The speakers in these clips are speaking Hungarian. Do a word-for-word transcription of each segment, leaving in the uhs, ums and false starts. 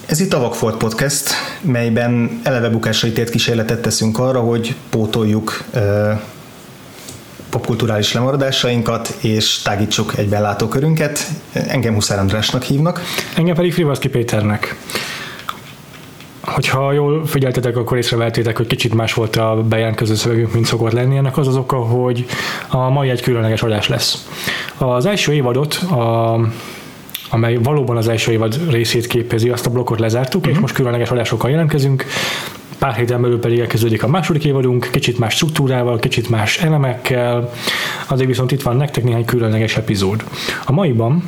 Ez itt a Vagfolt Podcast, melyben eleve bukásra ítélt kísérletet teszünk arra, hogy pótoljuk uh, popkulturális lemaradásainkat, és tágítsuk egyben látókörünket. Engem Huszár Andrásnak hívnak. Engem pedig Frivalszky Péternek. Hogyha jól figyeltetek, akkor észrevettétek, hogy kicsit más volt a bejelentkező szövegünk, mint szokott lenni. Ennek az az oka, hogy a mai egy különleges adás lesz. Az első évadot, a, amely valóban az első évad részét képezi, azt a blokkot lezártuk, uh-huh. és most különleges adásokkal jelentkezünk. Pár héten belül pedig elkezdődik a második évadunk, kicsit más struktúrával, kicsit más elemekkel, addig viszont itt van nektek néhány különleges epizód. A maiban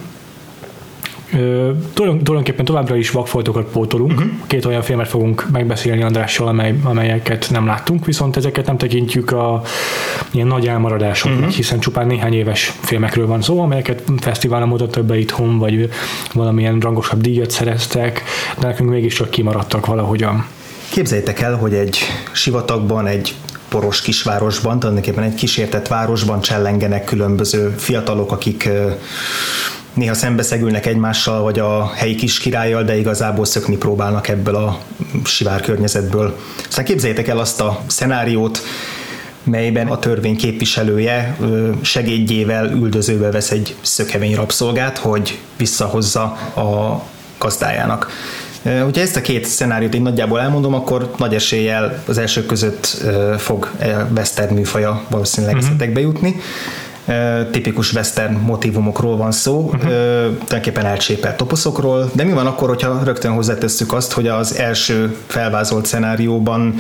Ö, tulajdonképpen továbbra is vakfoltokat pótolunk. Uh-huh. Két olyan filmet fogunk megbeszélni Andrással, amely, amelyeket nem láttunk, viszont ezeket nem tekintjük a ilyen nagy elmaradásoknak, uh-huh. hiszen csupán néhány éves filmekről van szó, amelyeket fesztiválon mutattak be itthon, vagy valamilyen rangosabb díjat szereztek, de nekünk mégiscsak kimaradtak valahogyan. Képzeljétek el, hogy egy sivatagban, egy poros kisvárosban, tulajdonképpen egy kísértett városban csellengenek különböző fiatalok, akik néha szembeszegülnek egymással, vagy a helyi kis királlyal, de igazából szökni próbálnak ebből a sivár környezetből. Aztán képzeljétek el azt a szenáriót, melyben a törvény képviselője segédjével üldözőbe vesz egy szökevény rabszolgát, hogy visszahozza a gazdájának. Hogyha ezt a két szenáriót én nagyjából elmondom, akkor nagy eséllyel az elsők között fog western műfaja valószínűleg uh-huh. eszetekbe jutni. Tipikus western motívumokról van szó, uh-huh. tulajdonképpen elcsépelt toposzokról, de mi van akkor, hogyha rögtön hozzátesszük azt, hogy az első felvázolt szenárióban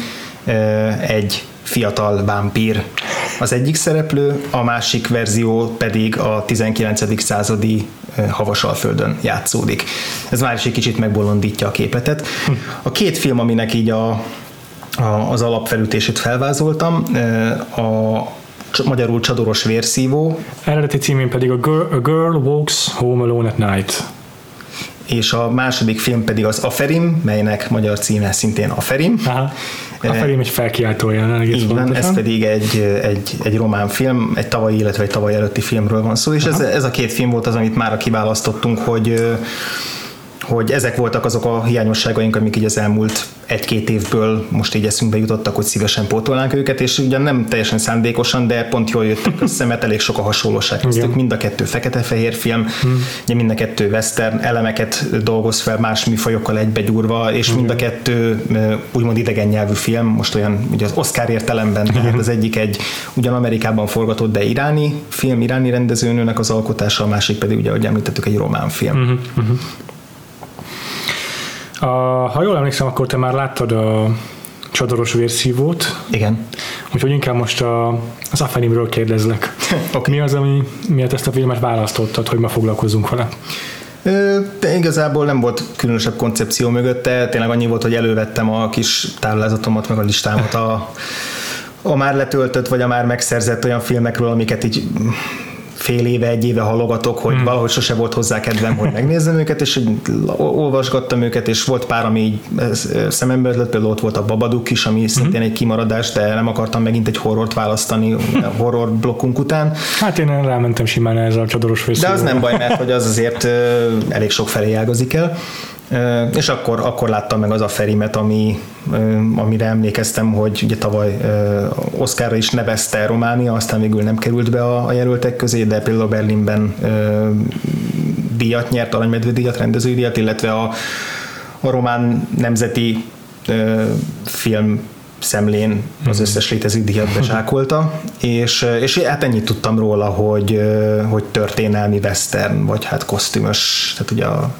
egy fiatal vámpír az egyik szereplő, a másik verzió pedig a tizenkilencedik századi Havasalföldön játszódik. Ez már is egy kicsit megbolondítja a képletet. A két film, aminek így a, a, az alapfelütését felvázoltam, a magyarul Csadoros vérszívó. Eredeti címén pedig a Girl, a Girl Walks Home Alone at Night. És a második film pedig az Aferim, melynek magyar címe szintén Aferim. Aha. Aferim egy felkiáltója. Így van, ez pedig egy, egy, egy román film, egy tavalyi, illetve egy tavaly előtti filmről van szó, és ez, ez a két film volt az, amit már kiválasztottunk, hogy hogy ezek voltak azok a hiányosságaink, amik így az elmúlt egy-két évből most így eszünkbe jutottak, hogy szívesen pótolnánk őket, és ugyan nem teljesen szándékosan, de pont jól jöttek össze, mert elég sok a hasonlóság köztük. Mind a kettő fekete-fehér film, hmm. ugye mind a kettő western elemeket dolgoz fel más műfajokkal egybegyúrva, és hmm. mind a kettő úgymond idegen nyelvű film, most olyan ugye az Oscar értelemben, tehát az egyik egy ugyan Amerikában forgatott, de iráni film, iráni rendezőnőnek az alkotása, a másik pedig ugye, ahogy említettük, egy román film. Hmm. Hmm. A, ha jól emlékszem, akkor te már láttad a Csadoros vérszívót. Igen. Úgyhogy inkább most a, az Aferimről kérdezlek. Okay. Mi az, ami miatt ezt a filmet választottad, hogy ma foglalkozzunk vele? De igazából nem volt különösebb koncepció mögötte, tényleg annyi volt, hogy elővettem a kis táblázatomat, meg a listámat a, a már letöltött, vagy a már megszerzett olyan filmekről, amiket így fél éve, egy éve hallogatok, hogy hmm. valahogy sose volt hozzá kedvem, hogy megnézzem őket, és olvasgattam őket, és volt pár, ami így szemembe ötlött, például ott volt a Babadook is, ami hmm. szintén egy kimaradás, de nem akartam megint egy horrort választani horror blokkunk után. Hát én rámentem simán ezzel a Csadoros vérszívóra. De az nem baj, mert hogy az azért elég sok felé ágazik el. Uh, és akkor, akkor láttam meg az Aferimet, ami, uh, amire emlékeztem, hogy ugye tavaly uh, Oscarra is nevezte Románia, aztán végül nem került be a, a jelöltek közé, de például Berlinben uh, díjat nyert, Aranymedve díjat, rendezői díjat, illetve a, a román nemzeti uh, film szemlén az összes létező díjat bezsákolta, és, és hát ennyit tudtam róla, hogy, hogy történelmi western, vagy hát kosztümös, tehát ugye a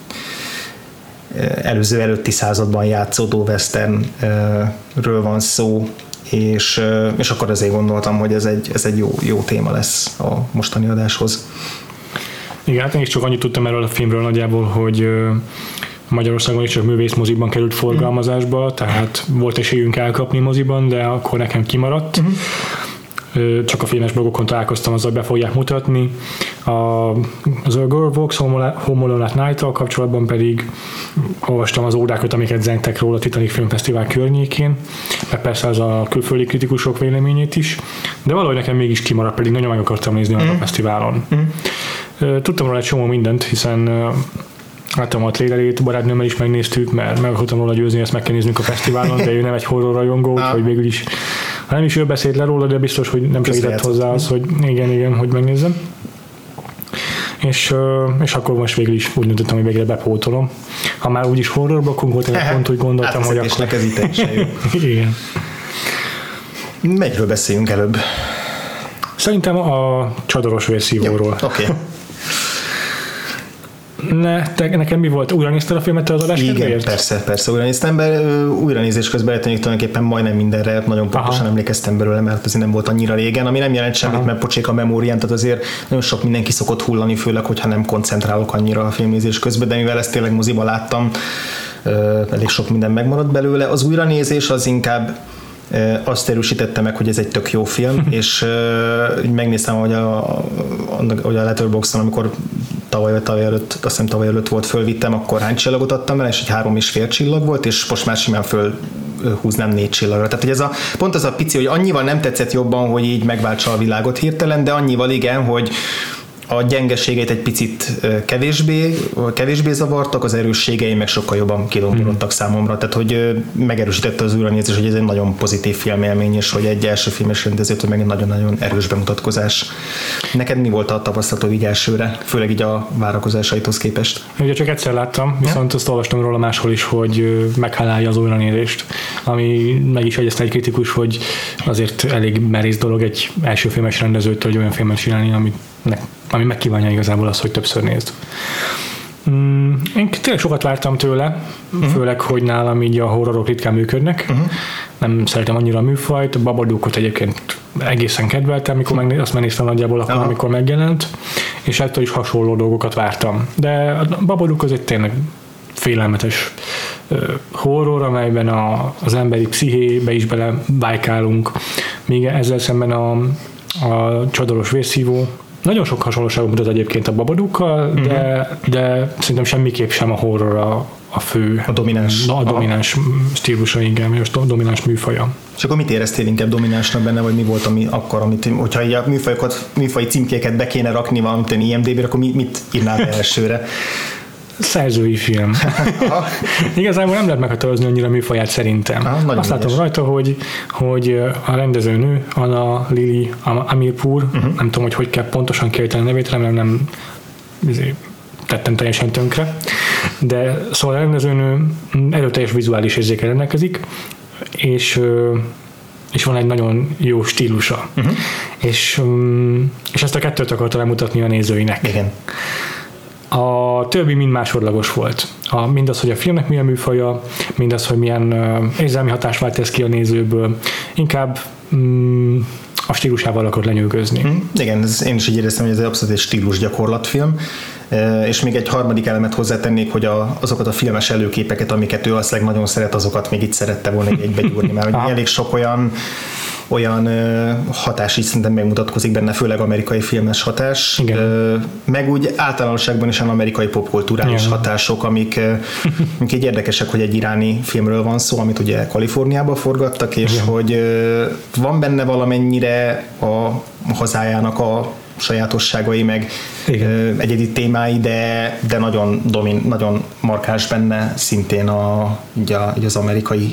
előző előtti században játszódó westernről van szó, és, és akkor azért gondoltam, hogy ez egy, ez egy jó, jó téma lesz a mostani adáshoz. Igen, hát én is csak annyit tudtam erről a filmről nagyjából, hogy Magyarországon is csak művészmoziban került forgalmazásba, mm. tehát volt esélyünk elkapni moziban, de akkor nekem kimaradt. Mm-hmm. Csak a filmes blogokon találkoztam, azzal be fogják mutatni. A, az A Girl Walks Home Alone at Night-tal kapcsolatban pedig olvastam az ódákat, amiket zengtek róla a Titanic Filmfesztivál környékén, meg persze az a külföldi kritikusok véleményét is, de valahogy nekem mégis kimaradt, pedig nagyon meg akartam nézni mm. a fesztiválon. Mm. Tudtam róla egy csomó mindent, hiszen láttam a trailerét, barátnőmmel is megnéztük, mert meg akartam róla győzni, ezt meg kell néznünk a fesztiválon, de ő nem egy horror rajongó, úgyhogy végül is, nem is ő beszélt le róla, de biztos, hogy nem segített hozzá az, hogy igen, igen, hogy megnézzem. És, és akkor most végül is úgy döntöttem, hogy végre bepótolom. Ha már úgyis horrorbakunk volt, én pont úgy gondoltam, hogy akkor... ez jó. Igen. Melyikről beszéljünk előbb? Szerintem a Csadoros vérszívóról. Oké. Okay. Ne, te, nekem mi volt? Újra nézted a filmet az adás Igen, kedvéért? persze, persze, újra néztem be. Újranézés közben eltűnik tulajdonképpen majdnem mindenre, nagyon pontosan Aha. emlékeztem belőle, mert azért nem volt annyira régen, ami nem jelent semmit, Aha. mert pocsék a memórián, tehát azért nagyon sok mindenki szokott hullani, főleg, hogyha nem koncentrálok annyira a filmnézés közben, de mivel ezt tényleg moziba láttam, elég sok minden megmaradt belőle. Az újranézés az inkább azt erősítette meg, hogy ez egy tök jó film, és uh, megnéztem, hogy a, a, a Letterboxdon, amikor tavaly vagy tavaly előtt, azt hiszem tavaly előtt volt, fölvittem, akkor hány csillagot adtam rá, és egy három és fél csillag volt, és most már simán fölhúznám négy csillagra. Tehát, hogy ez a, pont az a pici, hogy annyival nem tetszett jobban, hogy így megváltsa a világot hirtelen, de annyival igen, hogy a gyengeségeit egy picit kevésbé, kevésbé zavartak, az erősségei meg sokkal jobban kidomborodtak mm. számomra, tehát hogy megerősítette az újranézés, hogy ez egy nagyon pozitív filmélmény, és hogy egy első filmes rendezőtől meg egy nagyon-nagyon erős bemutatkozás. Neked mi volt a tapasztalatod így elsőre, főleg így a várakozásaithoz képest? Ugye csak egyszer láttam, viszont ja? azt olvastam róla máshol is, hogy meghálálja az újranézést, ami meg is egyezte egy kritikus, hogy azért elég merész dolog egy első filmes rendezőtől egy olyan filmet csinálni, amit ami megkívánja igazából az, hogy többször nézd. Mm, én tényleg sokat vártam tőle, uh-huh. főleg, hogy nálam így a horrorok ritkán működnek. Uh-huh. Nem szeretem annyira a műfajt, a Babadookot egyébként egészen kedveltem, amikor megnéz, azt megnéztem nagyjából akkor, uh-huh. amikor megjelent, és ettől is hasonló dolgokat vártam. De a Babadook az egy tényleg félelmetes uh, horror, amelyben a, az emberi pszichébe is bele bájkálunk, míg ezzel szemben a, a Csadoros vérszívó nagyon sok hasonlóságot mutat egyébként a Babadookkal, uh-huh. de, de szerintem semmiképp sem a horror a, a fő, a domináns, a domináns stílusa, igen, vagy a domináns műfaja. És akkor mit éreztél inkább dominánsnak benne, vagy mi volt ami akkor, amit, hogyha így a műfajokat, műfaji címkéket be kéne rakni valamit I M D B-re, akkor mit írnál elsőre? Szerzői film. Igazából nem lehet meghatározni annyira a műfaját szerintem. Aha, azt látom rajta, hogy, hogy a rendezőnő, Anna Lili Amirpour, uh-huh. nem tudom, hogy hogy kell pontosan kiejteni a nevét, remélem nem tettem teljesen tönkre, de szóval a rendezőnő erőteljes vizuális érzékkel rendelkezik, és és van egy nagyon jó stílusa. Uh-huh. És, és ezt a kettőt akarta lemutatni a nézőinek. Igen. A többi mind másodlagos volt. A, mindaz, hogy a filmnek milyen műfaja, mindaz, hogy milyen uh, érzelmi hatást vált ez ki a nézőből. Inkább mm, a stílusával akar lenyűgözni. Mm, igen, ez, én is így éreztem, hogy ez egy abszolút egy stílus gyakorlatfilm. E, és még egy harmadik elemet hozzátennék, hogy a, azokat a filmes előképeket, amiket ő azt nagyon szeret, azokat még itt szerette volna egybe gyúrni, mert elég sok olyan olyan ö, hatás is szerintem megmutatkozik benne, főleg amerikai filmes hatás, ö, meg úgy általánosságban is az amerikai popkulturális Igen. hatások, amik, ö, amik így érdekesek, hogy egy iráni filmről van szó, amit ugye Kaliforniában forgattak, és Igen. hogy ö, van benne valamennyire a hazájának a sajátosságai, meg ö, egyedi témái, de, de nagyon, domin, nagyon markáns benne szintén a, ugye, ugye az amerikai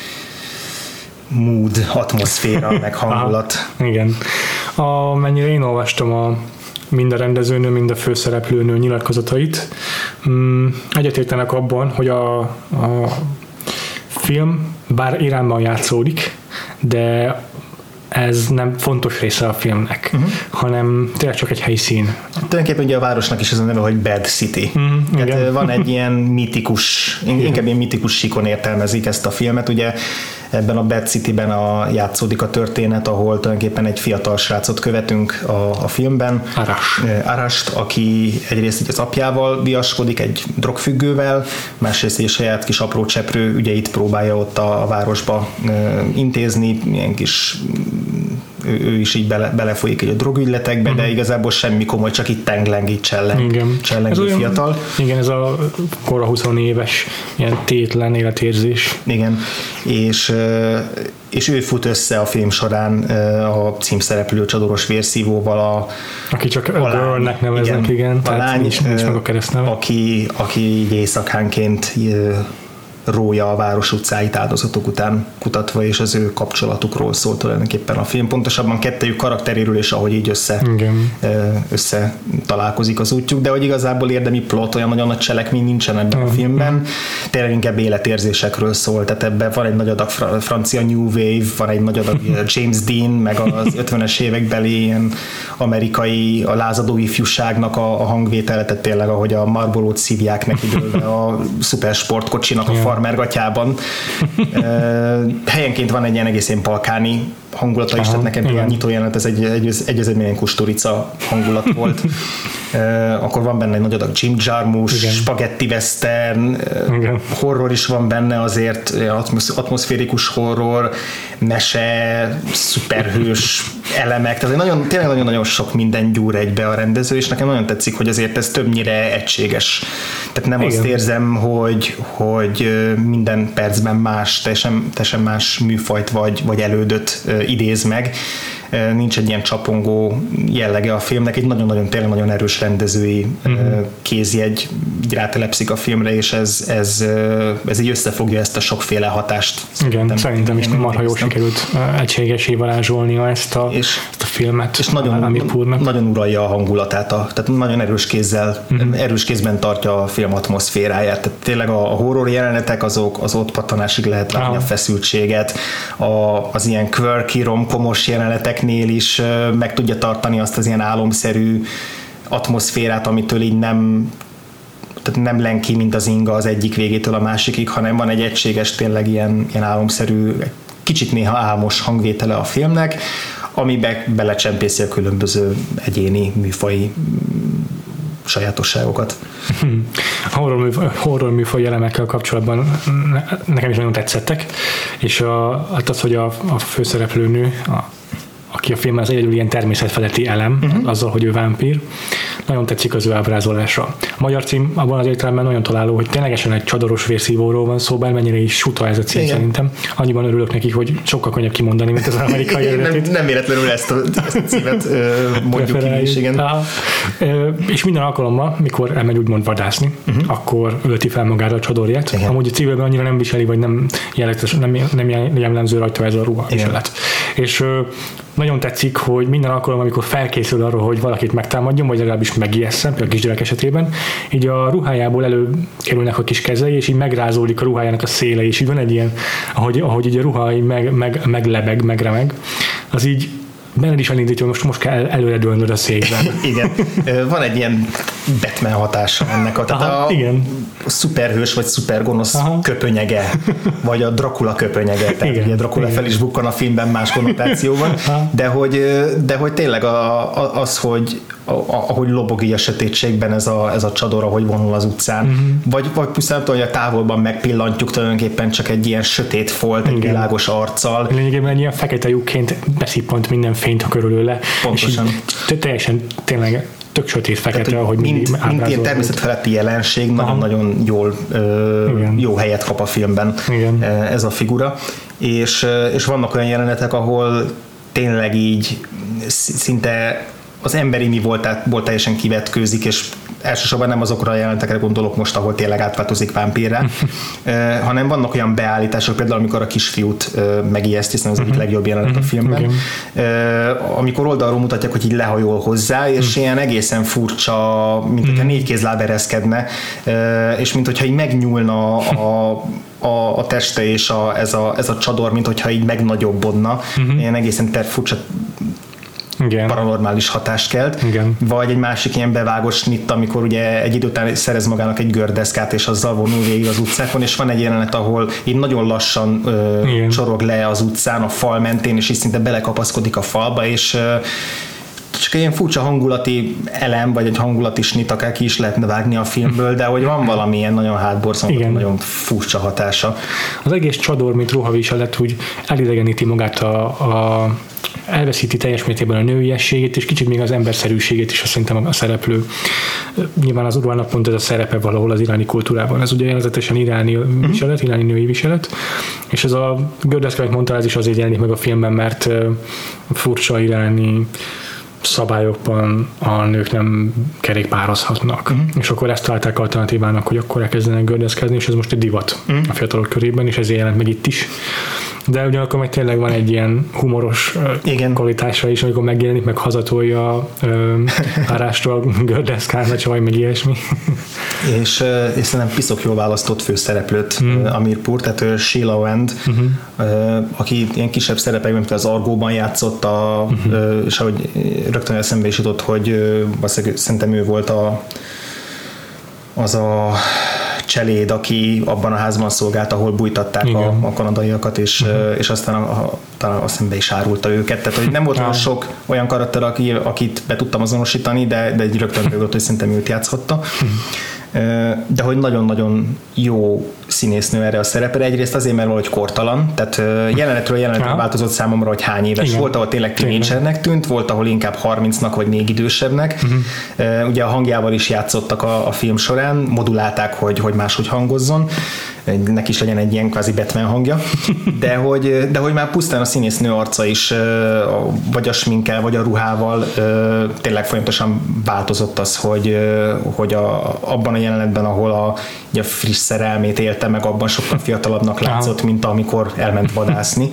mood, atmoszféra, meg hangulat. Aha, igen. Amennyire én olvastam a mind a rendezőnő, mind a főszereplőnő nyilatkozatait, egyetértenek abban, hogy a, a film bár Iránban játszódik, de ez nem fontos része a filmnek, uh-huh. hanem tényleg csak egy helyszín. Tulajdonképpen ugye a városnak is ez a neve, hogy Bad City. Uh-huh, van egy ilyen mitikus, inkább ilyen mitikus síkon értelmezik ezt a filmet, ugye ebben a Bad Cityben a, játszódik a történet, ahol tulajdonképpen egy fiatal srácot követünk a, a filmben. Arash. Arasht, aki egyrészt az apjával viaskodik, egy drogfüggővel, másrészt egy saját kis apró cseprő ügyeit próbálja ott a, a városba e, intézni, ilyen kis ő, ő is így bele, belefolyik egy a drogügyletekbe, uh-huh. de igazából semmi komoly, csak itt tengleng, itt cselleng, csellengő fiatal. Olyan, igen, ez a kora húsz éves ilyen tétlen életérzés. Igen, és, és ő fut össze a film során a címszereplő csadoros vérszívóval, a, aki csak a girlnek neveznek, igen, igen, a lány, nincs, nincs meg a keresztneve. Aki, aki így éjszakánként rója a város utcáit áldozatok után kutatva, és az ő kapcsolatukról szól tulajdonképpen a film. Pontosabban kettejük karakteréről, és ahogy így össze, össze találkozik az útjuk, de hogy igazából érdemi plot, olyan nagyon nagy cselekmény nincsen ebben uh-huh. a filmben. Tényleg inkább életérzésekről szól, tehát ebben van egy nagy adag francia New Wave, van egy nagy adag James Dean, meg az ötvenes évekbeli ilyen amerikai, a lázadó ifjúságnak a, a hangvétele, tehát tényleg ahogy a Marlboro-t szívják neki dőlve a szupersportkocsinak a farmergatyában. Helyenként van egy ilyen egészen balkáni hangulata is, tehát nekem a nyitó jelenet, ez egy, egy, egy, egy milyen kusturica hangulat volt. Uh, akkor van benne egy nagy adag Jim Jarmusch, spagetti western, uh, horror is van benne azért, atmosz, atmoszférikus horror, mese, szuperhős elemek, tehát nagyon, tényleg nagyon-nagyon sok minden gyúr egybe a rendező, és nekem nagyon tetszik, hogy azért ez többnyire egységes. Tehát nem Igen. azt érzem, hogy, hogy minden percben más, teljesen, teljesen más műfajt vagy, vagy elődöt idéz meg. Nincs egy ilyen csapongó jellege a filmnek, egy nagyon-nagyon tényleg nagyon erős rendezői uh-huh. kézjegy rátelepszik a filmre, és ez, ez, ez így összefogja ezt a sokféle hatást. Igen, szerintem, szerintem is marha jól sikerült egységesé varázsolnia ezt a, és, ezt a filmet. És nagyon, nagyon uralja a hangulatát, a, tehát nagyon erős kézzel, uh-huh. erős kézben tartja a film atmoszféráját. Tehát tényleg a, a horror jelenetek azok, az ott pattanásig lehet látni ah. a feszültséget, a, az ilyen quirky, romkomos jelenetek nél is meg tudja tartani azt az ilyen álomszerű atmoszférát, amitől így nem, tehát nem len ki, mint az inga az egyik végétől a másikig, hanem van egy egységes, tényleg ilyen, ilyen álomszerű, kicsit néha álmos hangvétele a filmnek, amibe belecsempészi a különböző egyéni műfaji sajátosságokat. A horror, műfaj, horror műfaj elemekkel kapcsolatban nekem is nagyon tetszettek, és a, az, hogy a, a főszereplőnő, a aki a filmben az egyedül ilyen természetfeletti elem, uh-huh. azzal, hogy ő vámpír. Nagyon tetszik az ő ábrázolása. A magyar cím abban az értelemben nagyon találó, hogy ténylegesen egy csadoros vérszívóról van szó, bármennyire is suta ez a cím Igen. szerintem. Annyiban örülök neki, hogy sokkal könnyebb kimondani, mint az amerikai eredetét. nem, nem véletlenül ezt a, ezt a címet mondjuk ki is, igen. És minden alkalommal, mikor elmegy úgymond vadászni, uh-huh. akkor ölti fel magára a csodorját. Igen. Amúgy a civilben annyira nem viseli, vagy nem jellegzetes, nem, nem jellemző rajta ez a ruha viselet. És nagyon tetszik, hogy minden alkalommal, amikor felkészül arra, hogy valakit megtámadjon, vagy legalábbis megijesszen, például a kisgyerek esetében, így a ruhájából előkerülnek a kis kezei, és így megrázódik a ruhájának a széle, és így van egy ilyen, ahogy, ahogy így a ruha így meg, meg, meglebeg, megremeg, az így benned is elindítja, hogy most, most kell előre dőlnöd a székben. Igen. Van egy ilyen Batman hatása ennek. A, tehát Aha, a, igen. a szuperhős vagy szupergonosz Aha. köpönyege, vagy a Dracula köpönyege. Tehát igen, ugye Dracula igen. fel is bukkan a filmben más konnotációban, de hogy, de hogy tényleg a, a, az, hogy a, a, ahogy lobog így a sötétségben ez a, ez a csador, ahogy vonul az utcán, uh-huh. vagy, vagy pusztán, hogy a távolban megpillantjuk tulajdonképpen csak egy ilyen sötét folt, egy világos arccal. Lényegében egy ilyen fekete lyukként beszippant minden fényt körülőle. Pontosan. És teljesen tényleg tök sötét fekete, tehát, ahogy mind, mind ilyen természetfeletti jelenség nagyon-nagyon jól, ö, jó helyet kap a filmben Igen. ez a figura. És, és vannak olyan jelenetek, ahol tényleg így szinte az emberi mi voltát teljesen kivetkőzik, és elsősorban nem azokra a jelentekre gondolok most, ahol tényleg átváltozik vámpírre, uh, hanem vannak olyan beállítások, például amikor a kisfiút uh, megijeszt, hiszen az egyik legjobb jelenet a filmben, uh, amikor oldalról mutatják, hogy így lehajol hozzá, és ilyen egészen furcsa, mint hogyha négy kézláb ereszkedne, uh, és mint hogyha így megnyúlna a A, a teste és a, ez, a, ez a csador, mint hogyha így megnagyobbodna, uh-huh. ilyen egészen ter, furcsa Igen. paranormális hatást kelt, Igen. vagy egy másik ilyen bevágott snitt, amikor ugye egy idő után szerez magának egy gördeszkát, és azzal vonul végig az utcákon, és van egy jelenet, ahol így nagyon lassan ö, csorog le az utcán a fal mentén, és így szinte belekapaszkodik a falba, és ö, csak egy ilyen furcsa hangulati elem, vagy egy hangulati snit, akár ki is lehetne vágni a filmből, de hogy van valamilyen nagyon hátborzongató, nagyon furcsa hatása. Az egész csador, mint ruhaviselet, úgy elidegeníti magát a, a elveszíti teljes mértékben a nőiességét, és kicsit még az emberszerűségét is, azt szerintem a szereplő. Nyilván az uralnak pont ez a szerepe valahol az iráni kultúrában. Ez ugye jelenetesen iráni viselet, iráni női viselet, és ez a gördeszka, amit mondtál, ez is azért jelenik meg a filmben, mert furcsa iráni szabályokban a nők nem kerékpározhatnak. Uh-huh. És akkor ezt találták alternatívának, hogy akkor elkezdenek gördeszkezni, és ez most egy divat uh-huh. a fiatalok körében, és ezért jelent meg itt is. De ugyanakkor meg tényleg van egy ilyen humoros igen. kvalitása is, amikor megjelenik, meg hazatolja Árástól gördeszkán, vagy vagy meg ilyesmi. és, és szerintem piszok jól választott főszereplőt mm. Amir Pur, tehát Sheila Wand, uh-huh. aki ilyen kisebb szerepekben, mint az Argóban játszott, a, uh-huh. és ahogy rögtön eszembe is jutott, hogy szerintem ő volt a, az a cseléd, aki abban a házban szolgált, ahol bújtatták a, a kanadaiakat, és, uh-huh. és aztán a, a, talán azt hiszem be is árulta őket. Tehát, hogy nem volt olyan sok olyan karakter, aki, akit be tudtam azonosítani, de, de egy rögtön bőgött, hogy szerintem őt játszhatta. Uh-huh. De hogy nagyon-nagyon jó színésznő erre a szerepre. Egyrészt azért, mert valahogy kortalan, tehát jelenetről jelenetre ja. változott számomra, hogy hány éves igen. volt, ahol tényleg tínédzsernek tűnt, volt, ahol inkább harmincnak, vagy még idősebbnek. Uh-huh. Ugye a hangjával is játszottak a, a film során, modulálták, hogy, hogy máshogy hangozzon, neki is legyen egy ilyen kvázi Batman hangja, de hogy, de hogy már pusztán a színésznő arca is, vagy a sminkkel, vagy a ruhával tényleg folyamatosan változott az, hogy, hogy a, abban a jelenetben, ahol a, a friss szerelmét élte meg, abban sokkal fiatalabbnak látszott, mint amikor elment vadászni.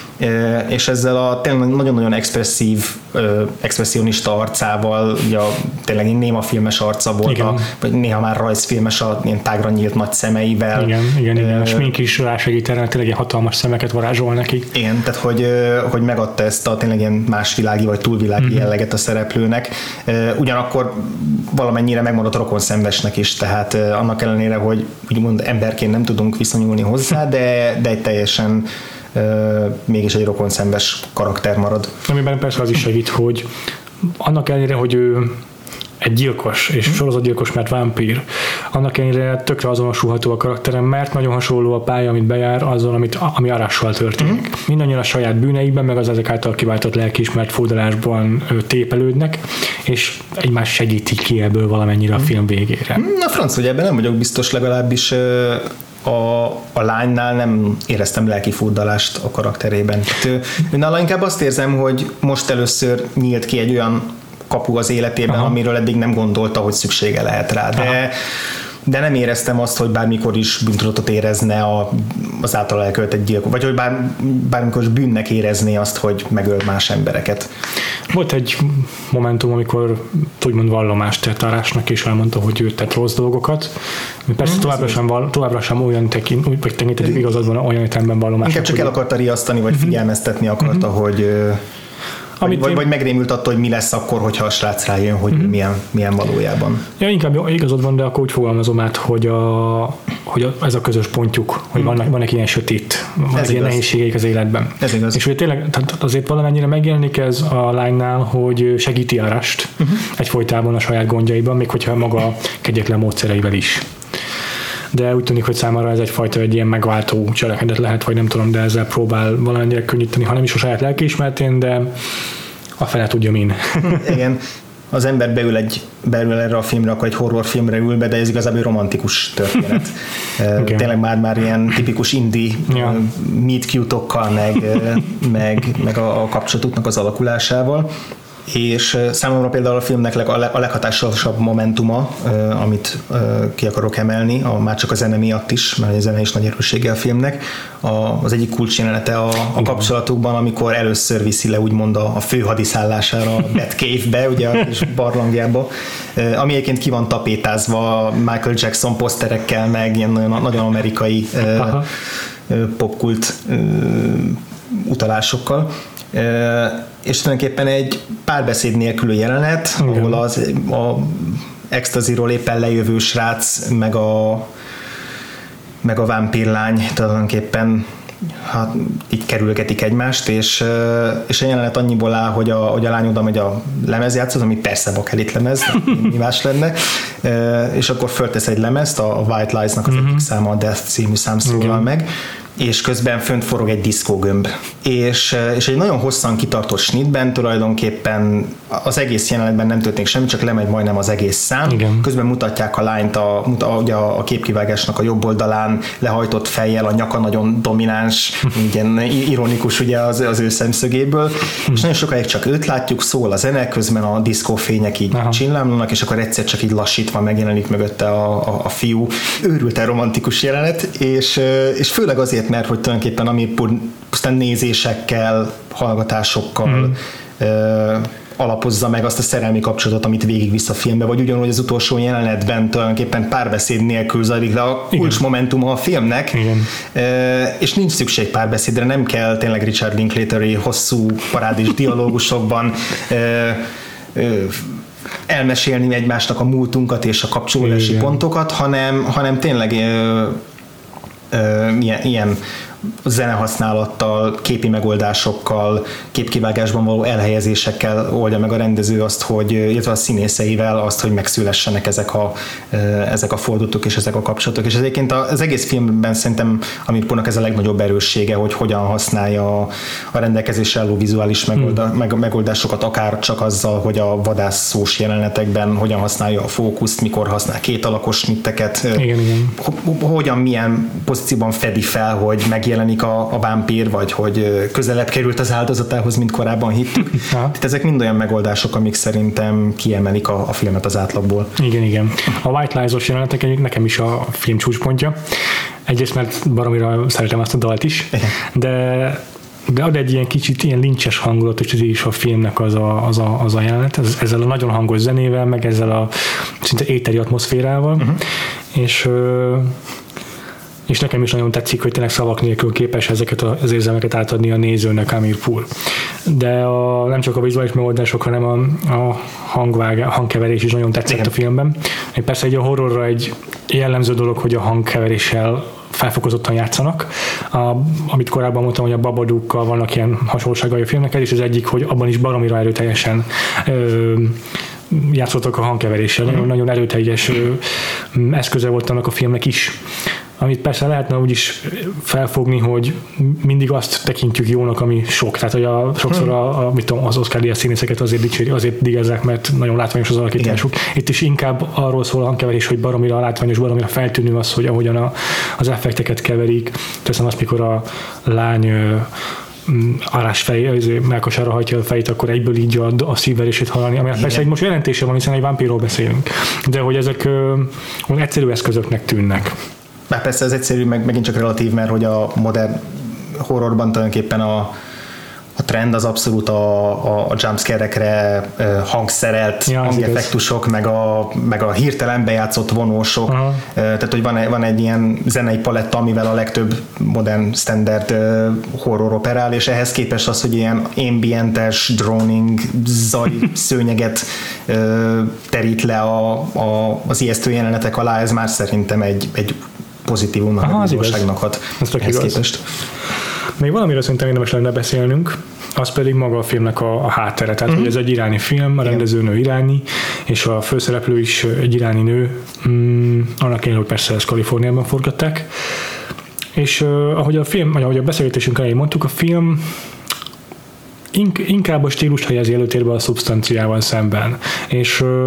És ezzel a tényleg nagyon-nagyon expresszív, expresszionista arcával, ugye tényleg néma filmes arca volt, a, vagy néha már rajzfilmes a ilyen tágra nyílt nagy szemeivel. Igen, igen, igen. A smink is rásegít erre, tényleg ilyen hatalmas szemeket varázsol neki. Igen, tehát hogy, hogy megadta ezt a tényleg ilyen másvilági vagy túlvilági mm-hmm. jelleget a szereplőnek. Ugyanakkor valamennyire megmondott rokonszenvesnek is, tehát annak ellenére, hogy úgymond emberként nem tudunk viszonyulni hozzá, de, de egy teljesen Uh, mégis egy rokonszenves karakter marad. Amiben persze az is segít, hogy annak ellenére, hogy ő egy gyilkos, és sorozatgyilkos, mert vámpír, annak ellenére tökre azonosulható a karakterem, mert nagyon hasonló a pálya, amit bejár, azon, amit, ami Arással történik. Mm. Mindannyian a saját bűneikben, meg az ezek által kiváltott lelkiismert fordulásban tépelődnek, és egymás segítik ki ebből valamennyire a film végére. Na franc, hogy ebben nem vagyok biztos, legalábbis A, a lánynál nem éreztem lelki furdalást a karakterében. Nála inkább azt érzem, hogy most először nyílt ki egy olyan kapu az életében, aha. amiről eddig nem gondolta, hogy szüksége lehet rá. De, de nem éreztem azt, hogy bármikor is bűntudatot érezne a, az által elkövetett gyilkos, vagy hogy bár, bármikor is bűnnek érezné azt, hogy megöl más embereket. Volt egy momentum, amikor úgymond vallomást tett Arásnak, és elmondta, hogy ő tett rossz dolgokat. Persze mm, továbbra, sem, továbbra sem olyan tekint, úgy tekintetük igazadban olyan értelemben vallomást. Inkább csak hogy el akarta riasztani, vagy figyelmeztetni akarta, mm-hmm. hogy Vagy, vagy, én... vagy megrémült attól, hogy mi lesz akkor, hogyha a srác rájön, hogy mm-hmm. milyen, milyen valójában. Ja, inkább igazad van, de akkor úgy fogalmazom át, hogy, a, hogy a, ez a közös pontjuk, hogy mm. vannak, vannak ilyen sötét, vannak ilyen nehézségeik az életben. Ez igaz. És hogy tényleg tehát azért valamennyire megjelenik ez a lánynál, hogy segíti Arást mm-hmm. egyfolytában a saját gondjaiban, még hogyha maga kegyetlen módszereivel is. De úgy tűnik, hogy számára ez egyfajta egy ilyen megváltó cselekedet lehet, vagy nem tudom, de ezzel próbál valamennyire könnyíteni, ha nem is a saját lelkiismeretén, de a fele tudja min. Igen, az ember beül, egy, beül erre a filmre, akkor egy horrorfilmre ül be, de ez igazából romantikus történet. Okay. Tényleg már, már ilyen tipikus indie ja. meet cute-okkal, meg, meg, meg a, a kapcsolatuknak az alakulásával. És számomra például a filmnek a leghatásosabb momentuma, amit ki akarok emelni, a, már csak a zene miatt is, mert a zene is nagy erőssége a filmnek, a, az egyik kulcsjelenete a, a kapcsolatukban, amikor először viszi le úgymond a, a fő hadiszállására a Batcave-be, ugye a kis barlangjába, ami egyébként ki van tapétázva Michael Jackson poszterekkel, meg ilyen nagyon, nagyon amerikai Aha. popkult utalásokkal. És tulajdonképpen egy párbeszéd nélküli jelenet, igen. ahol az a extaziról éppen lejövő srác, meg a, meg a vámpírlány tulajdonképpen hát, így kerülgetik egymást, és, és a jelenet annyiból áll, hogy a, hogy a lány oda megy a lemezjátszóhoz, ami persze bakelit lemez, mi más lenne, és akkor föltesz egy lemezt, a White Lies-nak az mm-hmm. egyik száma, a Death című szám szólal meg, és közben fönt forog egy diszkógömb. És, és egy nagyon hosszan kitartott snitben tulajdonképpen az egész jelenetben nem történik semmi, csak lemegy majdnem az egész szám. Igen. Közben mutatják a lányt a, a, a képkivágásnak a jobb oldalán, lehajtott fejjel, a nyaka nagyon domináns, igen, ironikus ugye az, az ő szemszögéből, és nagyon sokáig csak őt látjuk, szól a zene, közben a diszkófények így Aha. csillámlanak, és akkor egyszer csak így lassítva megjelenik mögötte a, a, a fiú. Őrülten romantikus jelenet, és, és főleg azért, mert hogy tulajdonképpen ami pusztán nézésekkel, hallgatásokkal hmm. ö, alapozza meg azt a szerelmi kapcsolatot, amit végigvisz a filmbe, vagy ugyanúgy az utolsó jelenetben tulajdonképpen párbeszéd nélkül zajlik le a kulcsmomentuma a filmnek, Igen. és nincs szükség párbeszédre, nem kell tényleg Richard Linklater-i hosszú parádés dialógusokban elmesélni egymásnak a múltunkat és a kapcsolódási Igen. pontokat, hanem, hanem tényleg ilyen, ilyen zenehasználattal, képi megoldásokkal, képkivágásban való elhelyezésekkel oldja meg a rendező azt, hogy, illetve a színészeivel azt, hogy megszülessenek ezek a, ezek a fordulatok és ezek a kapcsolatok. És egyébként az egész filmben szerintem Amir Purnak ez a legnagyobb erőssége, hogy hogyan használja a, a rendelkezésre álló vizuális megolda, meg, megoldásokat, akár csak azzal, hogy a vadászós jelenetekben hogyan használja a fókuszt, mikor használ két alakos snitteket, igen, igen. hogyan, milyen pozícióban fedi fel, hogy meg jelenik a, a vámpír, vagy hogy közelebb került az áldozatához, mint korábban hittük. Tehát ezek mind olyan megoldások, amik szerintem kiemelik a, a filmet az átlagból. Igen, igen. A White Lies-os jelenetek nekem is a film csúcspontja. Egyrészt, mert baromira szeretem azt a dalt is, de de ad egy ilyen kicsit ilyen lincses hangulat, és ez is a filmnek az a, az a, az a jelenet, ezzel a nagyon hangos zenével, meg ezzel a szinte éteri atmoszférával, uh-huh. és és nekem is nagyon tetszik, hogy tényleg szavak nélkül képes ezeket az érzelmeket átadni a nézőnek Amir Pur. De a, nem csak a vizuális megoldások, hanem a, a hangvágá, hangkeverés is nagyon tetszett Igen. a filmben. Persze egy a horrorra egy jellemző dolog, hogy a hangkeveréssel felfokozottan játszanak. A, amit korábban mondtam, hogy a Babadookkal vannak ilyen hasonlóságai a filmnek, és az egyik, hogy abban is baromira erőteljesen ö, játszottak a hangkeveréssel. Mm. Nagyon, nagyon erőteljes ö, eszköze volt annak a filmnek is. Amit persze lehetne úgy is felfogni, hogy mindig azt tekintjük jónak, ami sok. Tehát, hogy a, sokszor a, a, mit tudom, az Oscar-díjas színészeket azért dicséri, azért digezzák, mert nagyon látványos az alakításuk. Igen. Itt is inkább arról szól a hangkeverés, hogy baromira látványos, baromira feltűnő az, hogy ahogyan a, az effekteket keverik. Teszem azt, mikor a lány arásfej, melkasára hajtja a fejét, akkor egyből így a, a szívverését hallani, ami persze egy most jelentése van, hiszen egy vámpírról beszélünk. De hogy ezek ö, egyszerű eszközöknek tűnnek. Bár persze ez egyszerű, meg megint csak relatív, mert hogy a modern horrorban tulajdonképpen a, a trend az abszolút a, a, a jumpscare-ekre hangszerelt ja, hangeffektusok, meg a, meg a hirtelen bejátszott vonósok. Aha. Tehát, hogy van, van egy ilyen zenei paletta, amivel a legtöbb modern standard horror operál, és ehhez képest az, hogy ilyen ambientes, droning, zaj szőnyeget terít le a, a, az ijesztő jelenetek alá, ez már szerintem egy, egy pozitívumnak, a bizonságnak hat ehhez képest. Még valamiről szerintem érdemes lenne beszélnünk, az pedig maga a filmnek a, a háttere. Tehát, mm-hmm. hogy ez egy iráni film, a rendezőnő iráni, és a főszereplő is egy iráni nő, mm, annak ellenére, hogy persze ezt Kaliforniában forgatták. És uh, ahogy a film, vagy ahogy a beszélgetésünk elején mondtuk, a film inkább a stílust helyezi előtérbe a szubstanciával szemben. És uh,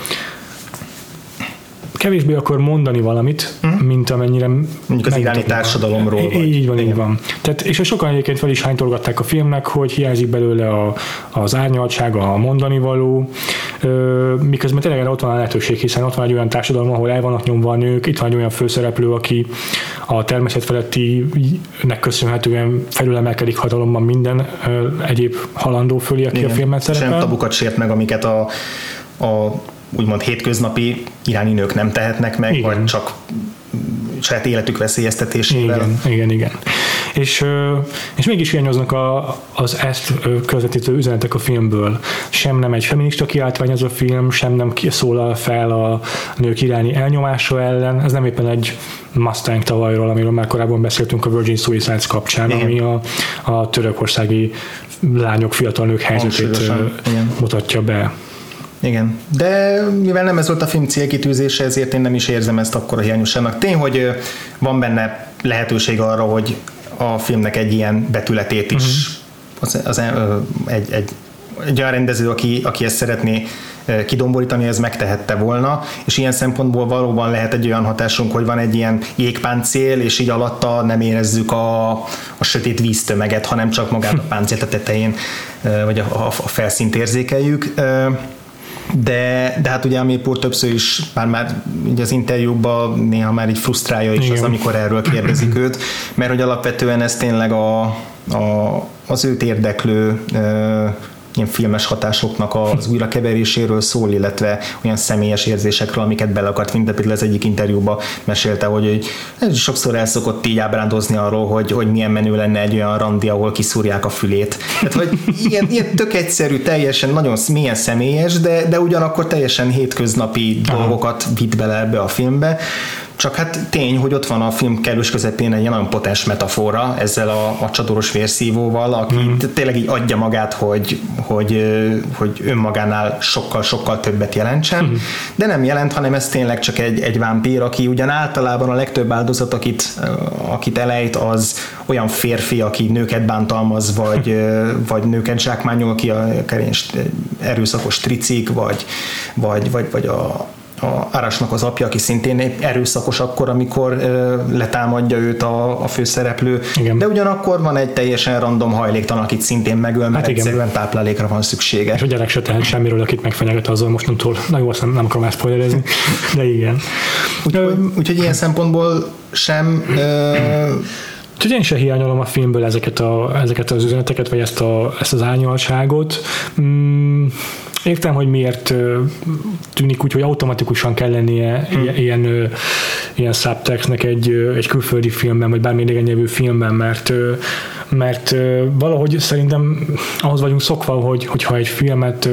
kevésbé akar mondani valamit, mm. mint amennyire mondjuk az iráni társadalomról. Így, így van, így van. Tehát, és sokan egyébként fel is hánytolgatták a filmnek, hogy hiányzik belőle a, az árnyaltsága, a mondani való, miközben tényleg ott van a lehetőség, hiszen ott van egy olyan társadalom, ahol el vannak nyomva a nők, itt van egy olyan főszereplő, aki a természet felettinek köszönhetően felülemelkedik hatalomban minden egyéb halandó fölé, aki Igen. a filmet szerepel. Sem tabukat sért meg, amiket a, a úgymond hétköznapi iráni nők nem tehetnek meg, igen. vagy csak saját életük veszélyeztetésével. Igen, igen, igen. És, és mégis hiányoznak a, az ezt közvetítő üzenetek a filmből. Sem nem egy feminista kiáltvány az a film, sem nem szólal fel a nők iráni elnyomása ellen. Ez nem éppen egy Mustang tavalyról, amiről már korábban beszéltünk a Virgin Suicides kapcsán, igen. ami a, a törökországi lányok, fiatal nők helyzetét mutatja be. Igen, de mivel nem ez volt a film célkitűzése, ezért én nem is érzem ezt akkora hiányosságnak. Tény, hogy van benne lehetőség arra, hogy a filmnek egy ilyen betületét is uh-huh. az, az, egy, egy, egy olyan rendező, aki, aki ezt szeretné kidomborítani, ez megtehette volna, és ilyen szempontból valóban lehet egy olyan hatásunk, hogy van egy ilyen jégpáncél, és így alatta nem érezzük a, a sötét víztömeget, hanem csak magát a páncélt a tetején, vagy a, a, a felszínt érzékeljük. De, de hát ugye Amirpour többször is már, már ugye az interjúkban néha már így frusztrálja is az, amikor erről kérdezik őt, mert hogy alapvetően ez tényleg a, a, az őt érdeklő ilyen filmes hatásoknak az újrakeveréséről szól, illetve olyan személyes érzésekről, amiket bele akart vinni, de például az egyik interjúban mesélte, hogy ez sokszor el szokott így ábrándozni arról, hogy, hogy milyen menő lenne egy olyan randi, ahol kiszúrják a fülét. Tehát, hogy ilyen, ilyen tök egyszerű, teljesen nagyon milyen személyes, de, de ugyanakkor teljesen hétköznapi Aha. dolgokat vitt bele ebbe a filmbe. Csak hát tény, hogy ott van a film kellős közepén egy nagyon potens metafora ezzel a, a csadoros vérszívóval, aki mm. tényleg így adja magát, hogy, hogy, hogy önmagánál sokkal-sokkal többet jelentsen, mm. de nem jelent, hanem ez tényleg csak egy, egy vámpír, aki ugyan általában a legtöbb áldozat, akit, akit elejt, az olyan férfi, aki nőket bántalmaz, vagy, vagy nőket zsákmányol ki, akár erőszakos tricik, vagy, vagy, vagy, vagy a a Arasnak az apja, aki szintén erőszakos akkor, amikor ö, letámadja őt a, a főszereplő, igen. de ugyanakkor van egy teljesen random hajléktalan, akit szintén megöl, mert hát egyszerűen táplálékra van szüksége. És a gyerek se tehet semmiről, akit megfenyeget azzal most nem túl. Na jó, azt nem, nem akarom ezt spoilerezni, de igen. Úgyhogy úgy, úgy ilyen szempontból sem... Ö, Úgyhogy én se hiányolom a filmből ezeket, a, ezeket az üzeneteket, vagy ezt, a, ezt az árnyaltságot. Mm, értem, hogy miért tűnik úgy, hogy automatikusan kell lennie hmm. ilyen, ilyen subtextnek egy, egy külföldi filmben, vagy bármi idegen nyelvű filmben, mert, mert valahogy szerintem ahhoz vagyunk szokva, hogy, hogyha egy filmet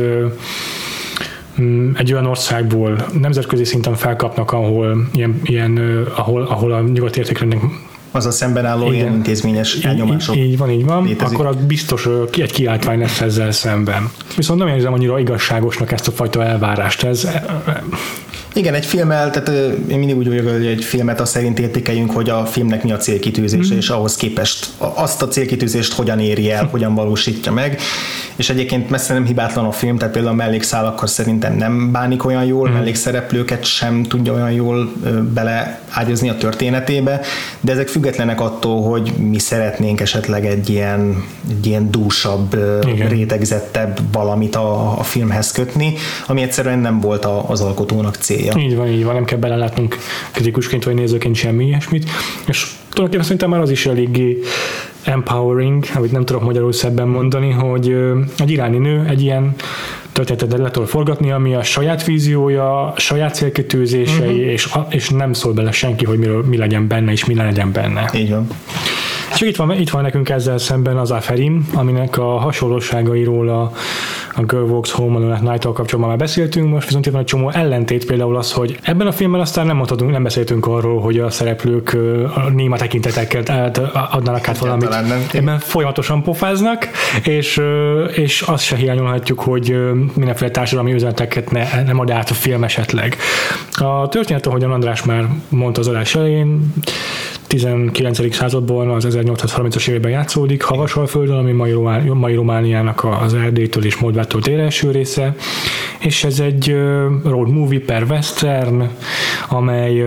egy olyan országból nemzetközi szinten felkapnak, ahol, ilyen, ilyen, ahol, ahol a nyugati értékrendnek az a szemben álló igen. ilyen intézményes elnyomások. Így, így van, így van. Létezik. Akkor az biztos egy kiáltvány lesz ezzel szemben. Viszont nem érzem annyira igazságosnak ezt a fajta elvárást. Ez... Igen, egy filmmel, tehát én mindig úgy vagyok, hogy egy filmet azt szerint értékeljünk, hogy a filmnek mi a célkitűzése, mm. és ahhoz képest azt a célkitűzést hogyan éri el, hogyan valósítja meg. És egyébként messze nem hibátlan a film, tehát például a mellékszálakkal szerintem nem bánik olyan jól, mm. mellékszereplőket sem tudja olyan jól beleágyazni a történetébe, de ezek függetlenek attól, hogy mi szeretnénk esetleg egy ilyen, egy ilyen dúsabb, igen. rétegzettebb valamit a, a filmhez kötni, ami egyszerűen nem volt a, az alkotónak cél. Így van, így van, nem kell belelátnunk kritikusként vagy nézőként semmi ilyesmit, és tulajdonképpen szerintem már az is eléggé empowering, amit nem tudok magyarul szebben mondani, hogy egy iráni nő egy ilyen történetet le tud forgatni, ami a saját víziója, saját célkitűzései, uh-huh. és, és nem szól bele senki, hogy miről, mi legyen benne, és mi ne legyen benne. Így van. És itt van, itt van nekünk ezzel szemben az Aferim, aminek a hasonlóságairól a, a Girl Walks Home Alone at Night-tal kapcsolatban már beszéltünk, most viszont itt van egy csomó ellentét, például az, hogy ebben a filmben aztán nem mondhatunk, nem beszéltünk arról, hogy a szereplők a néma tekintetekkel adnának át valamit. Ebben folyamatosan pofáznak, és, és azt se hiányolhatjuk, hogy mindenféle társadalmi üzeneteket ne, nem ad át a film esetleg. A történet, ahogyan András már mondta az adás elején, tizenkilencedik században, az ezernyolcszázharmincas években játszódik, Havasalföldön, ami mai, Román, mai Romániának az Erdélytől és Moldvától dél első része, és ez egy road movie per western, amely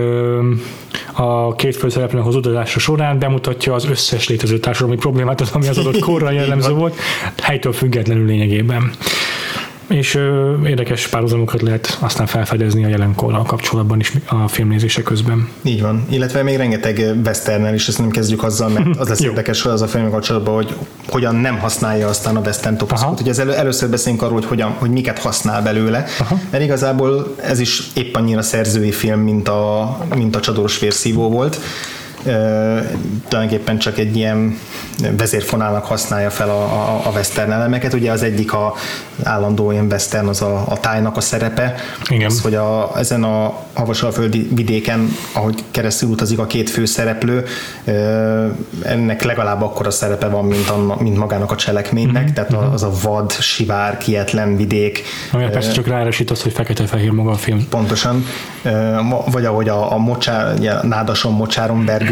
a két főszereplőnek az utazása során bemutatja az összes létező társadalmi problémát, az, ami az adott korra jellemző volt, helytől függetlenül lényegében. És ö, érdekes párhuzamokat lehet aztán felfedezni a jelenkorral kapcsolatban is a filmnézése közben. Így van, illetve még rengeteg westernnel is, ezt nem kezdjük azzal, mert az lesz érdekes, hogy az a film kapcsolatban, hogy hogyan nem használja aztán a western toposzkot. Ugye elő, először beszélünk arról, hogy, hogyan, hogy miket használ belőle, Aha. mert igazából ez is épp annyira szerzői film, mint a, mint a Csadoros vérszívó volt. Uh, tulajdonképpen csak egy ilyen vezérfonálnak használja fel a, a, a western elemeket. Ugye az egyik a állandó ilyen western, az a, a tájnak a szerepe. Igen. Az, hogy a, ezen a havasalföldi vidéken, ahogy keresztül utazik a két főszereplő, uh, ennek legalább akkora szerepe van, mint, a, mint magának a cselekménynek, mm-hmm. tehát az a vad, sivár, kietlen vidék. Ami uh, persze csak ráerősít az, hogy fekete-fehér maga a film. Pontosan. Uh, vagy ahogy a, a mocsár, ugye, nádason, mocsáron bergő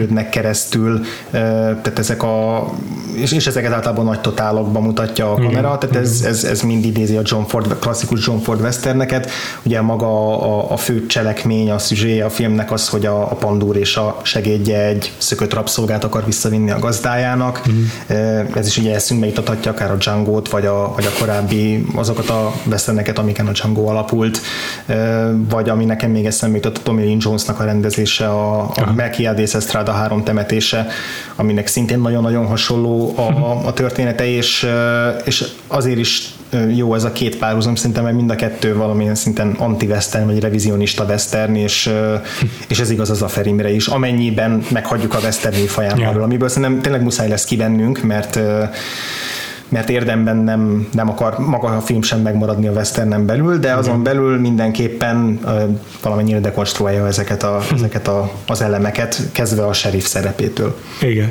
működnek keresztül, tehát ezek a, és, és ezeket általában nagy totálokban mutatja a kamera, tehát ez, ez, ez mind idézi a John Ford, klasszikus John Ford westerneket. Ugye maga a, a fő cselekmény, a szüzséje a filmnek az, hogy a, a pandúr és a segédje egy szökött rabszolgát akar visszavinni a gazdájának. Mm. Ez is ugye eszünkbe jutathatja akár a Django-t, vagy a, vagy a korábbi azokat a westerneket, amiken a Django alapult, vagy ami nekem még eszembe jutott, a Tommy Lee Jonesnak a rendezése, a, a Melquiades Estrada három temetése, aminek szintén nagyon-nagyon hasonló a, a története, és, és azért is jó ez a két párhuzam, szerintem, mert mind a kettő valamilyen szinten anti-western, vagy revizionista western, és, és ez igaz az Aferimre is, amennyiben meghagyjuk a western műfaján belül, amiből szerintem tényleg muszáj lesz kivennünk, mert mert érdemben nem, nem akar maga a film sem megmaradni a westernen belül, de azon belül mindenképpen uh, valamennyire dekonstruálja ezeket, a, ezeket a, az elemeket, kezdve a sheriff szerepétől. Igen.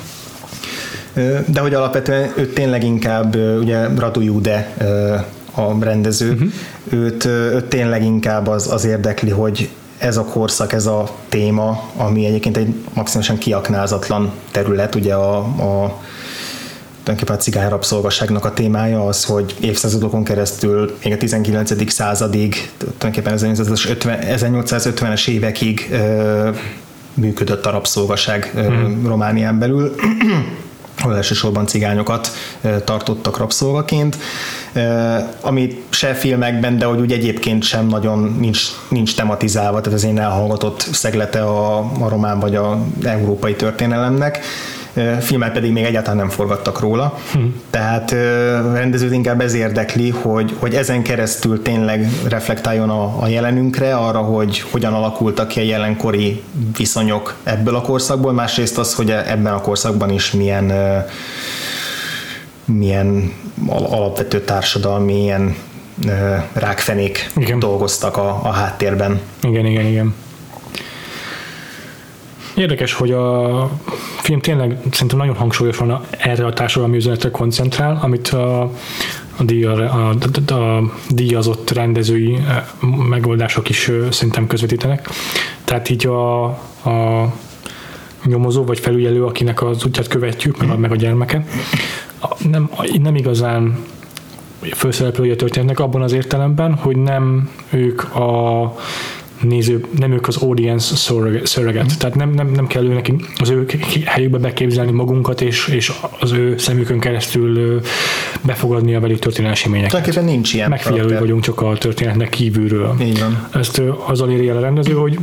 De hogy alapvetően őt tényleg inkább, ugye Radu Jude a rendező, uh-huh. őt, őt tényleg inkább az, az érdekli, hogy ez a korszak, ez a téma, ami egyébként egy maximálisan kiaknázatlan terület, ugye a, a tulajdonképpen a cigányrabszolgaságnak a témája az, hogy évszázadokon keresztül, még a tizenkilencedik századig, tulajdonképpen ezernyolcszázötvenes évekig ö, működött a rabszolgaság ö, hmm. Románián belül, ahol elsősorban cigányokat ö, tartottak rabszolgaként, ö, ami se filmekben, de hogy úgy egyébként sem nagyon nincs, nincs tematizálva, tehát az én elhallgatott szeglete a, a román vagy a európai történelemnek. Filmet pedig még egyáltalán nem forgattak róla. Hmm. Tehát rendezőt inkább ez érdekli, hogy, hogy ezen keresztül tényleg reflektáljon a, a jelenünkre, arra, hogy hogyan alakultak ki a jelenkori viszonyok ebből a korszakból, másrészt az, hogy ebben a korszakban is milyen, milyen alapvető társadalmi, ilyen rákfenék igen. dolgoztak a, a háttérben. Igen, igen, igen. Érdekes, hogy a film tényleg szerintem nagyon hangsúlyosan erre a társadalmi üzenetre koncentrál, amit a, a, díja, a, a, a díjazott rendezői megoldások is szerintem közvetítenek. Tehát így a, a nyomozó vagy felügyelő, akinek az útját követjük, meg a, meg a gyermeke, nem, nem igazán főszereplője a történetnek abban az értelemben, hogy nem ők a néző, nem ők az audience surrogate, mm. tehát nem, nem, nem kell ő neki az ő helyükbe beképzelni magunkat, és, és az ő szemükön keresztül befogadni a velük történelmi eseményeket. Tulajdonképpen nincs ilyen. Megfigyelői vagyunk csak a történetnek kívülről. Így van. Ezt azzal éri el a rendező, hogy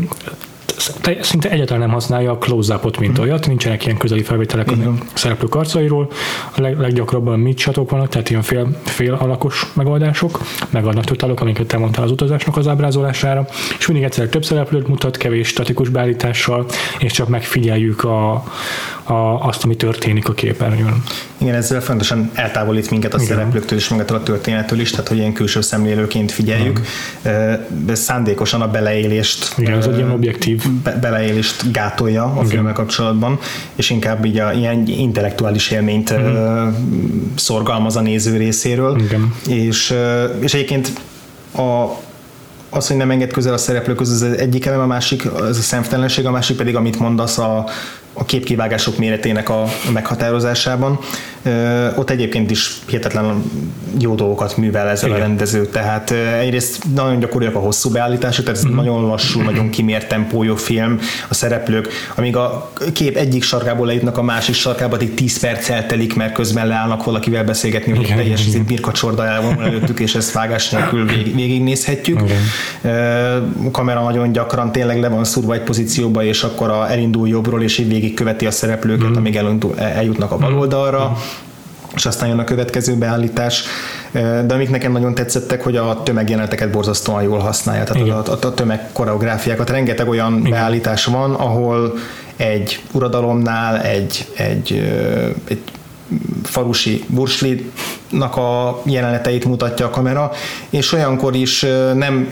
szinte egyáltalán nem használja a close-upot, mint mm. olyat, nincsenek ilyen közeli felvételek mm. a szereplők arcairól, a leg, leggyakrabban mid-shotok vannak, tehát ilyen fél, fél alakos megoldások, meg vannak totálok, amiket te mondtál az utazásnak az ábrázolására, és mindig egyszer több szereplőt mutat, kevés statikus beállítással, és csak megfigyeljük a, a, azt, ami történik a képernyőn. Igen, ezzel fontosan eltávolít minket a igen. szereplőktől és magatól a történettől is, tehát hogy ilyen külső szemlélőként figyeljük. De szándékosan a beleélést igen, ez egy ilyen objektív be- beleélést gátolja a filmmel kapcsolatban, és inkább így a, ilyen intellektuális élményt uh-huh. szorgalmaz a néző részéről. Igen. És, és egyébként a az, hogy nem enged közel a szereplők között, az egyik elem, a másik, az a szemtelenség, a másik pedig, amit mondasz a, a képkivágások méretének a meghatározásában. Ö, ott egyébként is hihetetlen jó dolgokat művel ezzel igen. a rendező, tehát egyrészt nagyon gyakoriak a hosszú beállítások, tehát ez mm-hmm. nagyon lassú, nagyon kimért tempójú film, a szereplők, amíg a kép egyik sarkából lejutnak a másik sarkába, addig tíz perc eltelik, mert közben leállnak valakivel beszélgetni, hogy teljes birkacsorda elvonul előttük, és ezt vágás nélkül vég, végignézhetjük. Okay. A kamera nagyon gyakran tényleg le van szúrva egy pozícióba, és akkor a, elindul jobbról, és így végig követi a szereplőket, mm. amíg elindul, eljutnak a bal oldalra, mm. és aztán jön a következő beállítás. De amik nekem nagyon tetszettek, hogy a tömegjeleneteket borzasztóan jól használja, tehát a, a, a tömegkoreográfiákat. Rengeteg olyan igen. beállítás van, ahol egy uradalomnál, egy, egy, egy falusi burslinak a jeleneteit mutatja a kamera, és olyankor is nem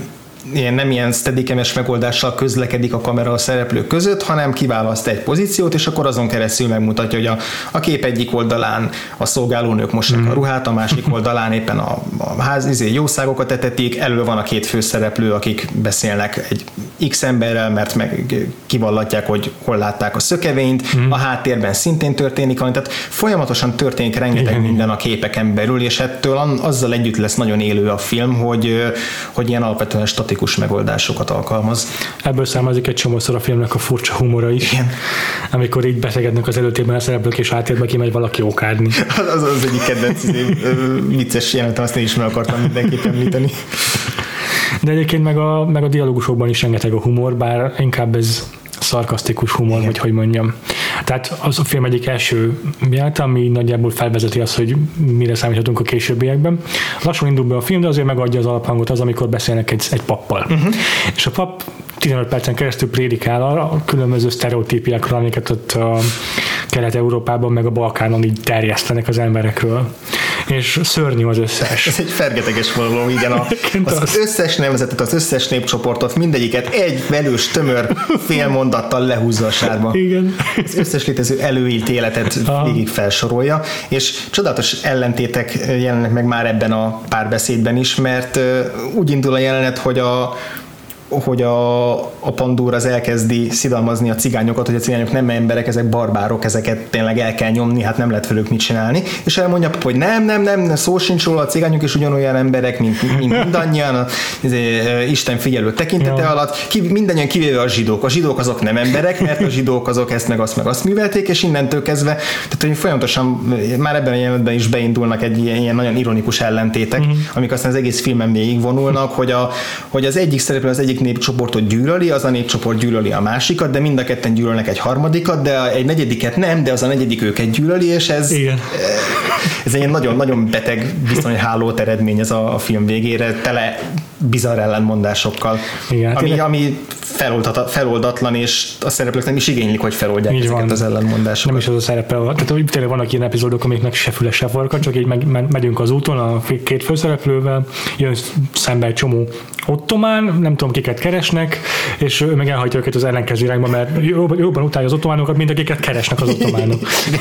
ilyen, nem ilyen steadicam-es megoldással közlekedik a kamera a szereplők között, hanem kiválaszt egy pozíciót, és akkor azon keresztül megmutatja, hogy a, a kép egyik oldalán a szolgálónők mossák mm. a ruhát, a másik oldalán éppen a, a ház, izé, jószágokat etetik, elő van a két főszereplő, akik beszélnek egy X emberrel, mert meg kivallatják, hogy hol látták a szökevényt, mm. a háttérben szintén történik, tehát folyamatosan történik rengeteg igen. minden a képeken belül, és ettől azzal együtt lesz nagyon élő a film, hogy, hogy ilyen alapvetően statikus megoldásokat alkalmaz. Ebből származik egy csomószor a filmnek a furcsa humora is. Igen. Amikor így beszélgetnek az előtérben a szereplők, és háttérben kimegy valaki okádni. Az az egyik kedvenc vicces jelentem, azt én is meg akartam mindenképp említeni. De egyébként meg a, meg a dialógusokban is rengeteg a humor, bár inkább ez szarkasztikus humor, vagy hogy mondjam. Tehát az a film egyik első jelent, ami nagyjából felvezeti azt, hogy mire számíthatunk a későbbiekben. Lassan indul be a film, de azért megadja az alaphangot az, amikor beszélnek egy, egy pappal. Uh-huh. És a pap tizenöt percen keresztül prédikál a különböző sztereotípiákról, amiket ott a Kelet-Európában meg a Balkánon így terjesztenek az emberekről. És szörnyű az összes. Ez egy fergeteges való, igen. A, az, az összes nemzetet, az összes népcsoportot, mindegyiket egy velős, tömör félmondattal lehúzza a sárba. Igen. Az összes létező előírt életet végig felsorolja, és csodálatos ellentétek jelennek meg már ebben a párbeszédben is, mert úgy indul a jelenet, hogy a hogy a, a Pandúr az elkezdi szidalmazni a cigányokat, hogy a cigányok nem emberek, ezek barbárok, ezeket tényleg el kell nyomni, hát nem lehet velük mit csinálni, és elmondja, hogy nem, nem, nem, szó sincs róla, a cigányok is ugyanolyan emberek, mint, mint mindannyian, az, Isten figyelő tekintete ja. alatt, ki, mindannyian kivéve a zsidók. A zsidók azok nem emberek, mert a zsidók azok ezt meg azt meg azt művelték, és innentől kezdve, tehát hogy folyamatosan már ebben a jelenetben is beindulnak egy ilyen, ilyen nagyon ironikus ellentétek, mm-hmm. amik aztán az egész filmen végigvonulnak, hogy, a, hogy az egyik szereplő az egyik népcsoportot gyűlöli, az a népcsoport gyűlöli a másikat, de mind a ketten gyűlölnek egy harmadikat, de egy negyediket nem, de az a negyedik őket gyűlöli, és ez, igen. ez egy nagyon-nagyon beteg viszonyhálót eredmény ez a, a film végére, tele bizarr ellenmondásokkal, igen, ami, ami feloldata, feloldatlan, és a szereplők nem is igénylik, hogy feloldják így ezeket van. Az ellenmondásokat. Nem is az a szerepe, tehát hogy tényleg vannak ilyen epizódok, amiknek se füle, se farka, csak így meg, megyünk az úton a két főszereplővel, jön szembe egy csomó ottomán, nem tudom, kiket keresnek, és ő meg elhagyja őket az ellenkező irányba, mert jobban utálja az ottománokat, mint akiket keresnek az ottománok.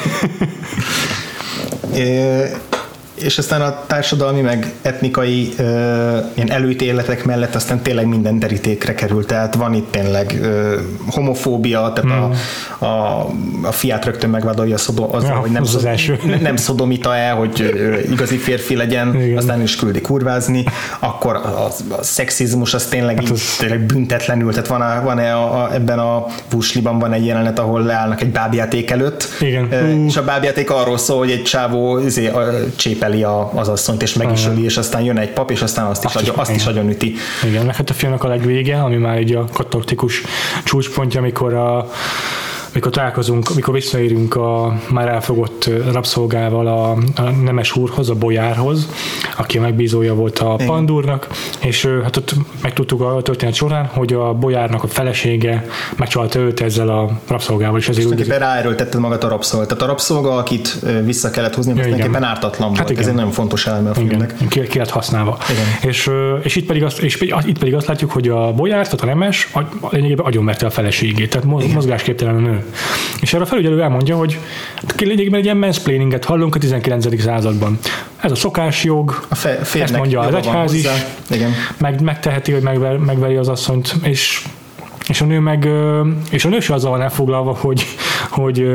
És aztán a társadalmi meg etnikai uh, ilyen előítéletek mellett aztán tényleg minden terítékre került, tehát van itt tényleg uh, homofóbia, tehát mm. a, a, a fiát rögtön megvádolja azzal, ja, hogy nem, az az szod, nem szodomita el, hogy uh, igazi férfi legyen, igen. aztán is küldi kurvázni, akkor a, a, a szexizmus az tényleg, hát az... tényleg büntetlenül, tehát van-e, van-e a, a, ebben a Vúsliban van egy jelenet, ahol leállnak egy bábjáték előtt, igen. Uh, és a bábjáték arról szól, hogy egy csávó izé, a, csépeli az asszonyt, és meg is öli, és aztán jön egy pap, és aztán azt, azt is, agyon, azt is agyonüti. Igen, meg hát a filmnek a legvége, ami már egy a katartikus csúcspontja, amikor a mikor találkozunk, mikor visszaérünk a már elfogott rabszolgával a, a nemes úrhoz, a bojárhoz, aki a megbízója volt a Pandúrnak, és hát ott megtudtuk a történet során, hogy a bojárnak a felesége megcsalta őt ezzel a rabszolgával. És ezért úgy... ráerőltetted magát a rabszolga. Tehát a rabszolga, akit vissza kellett húzni, most tulajdonképpen ártatlan volt. Hát igen. Ez egy nagyon fontos eleme a filmnek. Ki, ki lett használva. És, és, itt pedig azt, és itt pedig azt látjuk, hogy a bojár, tehát a nemes, lényegében agyonverte a feleségét, tehát mozgásképtelen a nő. És erre a felügyelő elmondja, hogy lényegében egy ilyen mansplaininget hallunk a tizenkilencedik században. Ez a szokásjog, a fe, ezt mondja az egyház is, meg, megteheti, hogy megver, megveri az asszonyt, és, és a nő meg, és a nő se azzal van elfoglalva, hogy, hogy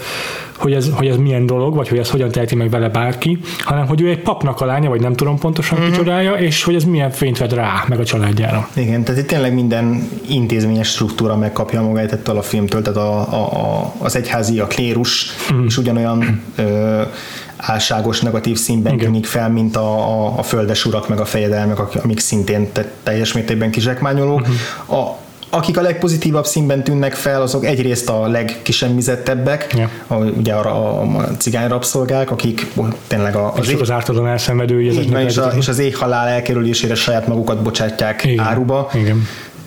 Hogy ez, hogy ez milyen dolog, vagy hogy ez hogyan teheti meg vele bárki, hanem hogy ő egy papnak a lánya, vagy nem tudom pontosan mm-hmm. kicsodája, és hogy ez milyen fényt vet rá, meg a családjára. Igen, tehát itt tényleg minden intézményes struktúra megkapja magát ettől a filmtől, tehát a, a, a, az egyházi, a klérus mm. is ugyanolyan ö, álságos, negatív színben igen. tűnik fel, mint a, a, a földesurak, meg a fejedelmek, amik szintén teljes mértékben kizsákmányolók. Mm-hmm. A akik a legpozitívabb színben tűnnek fel, azok egyrészt a legkisemmizettebbek, yeah. a, ugye a, a cigányrabszolgák, akik tényleg a, az, ég, az ártadon elszenvedői, és, és az éhhalál elkerülésére saját magukat bocsátják igen. áruba. Igen.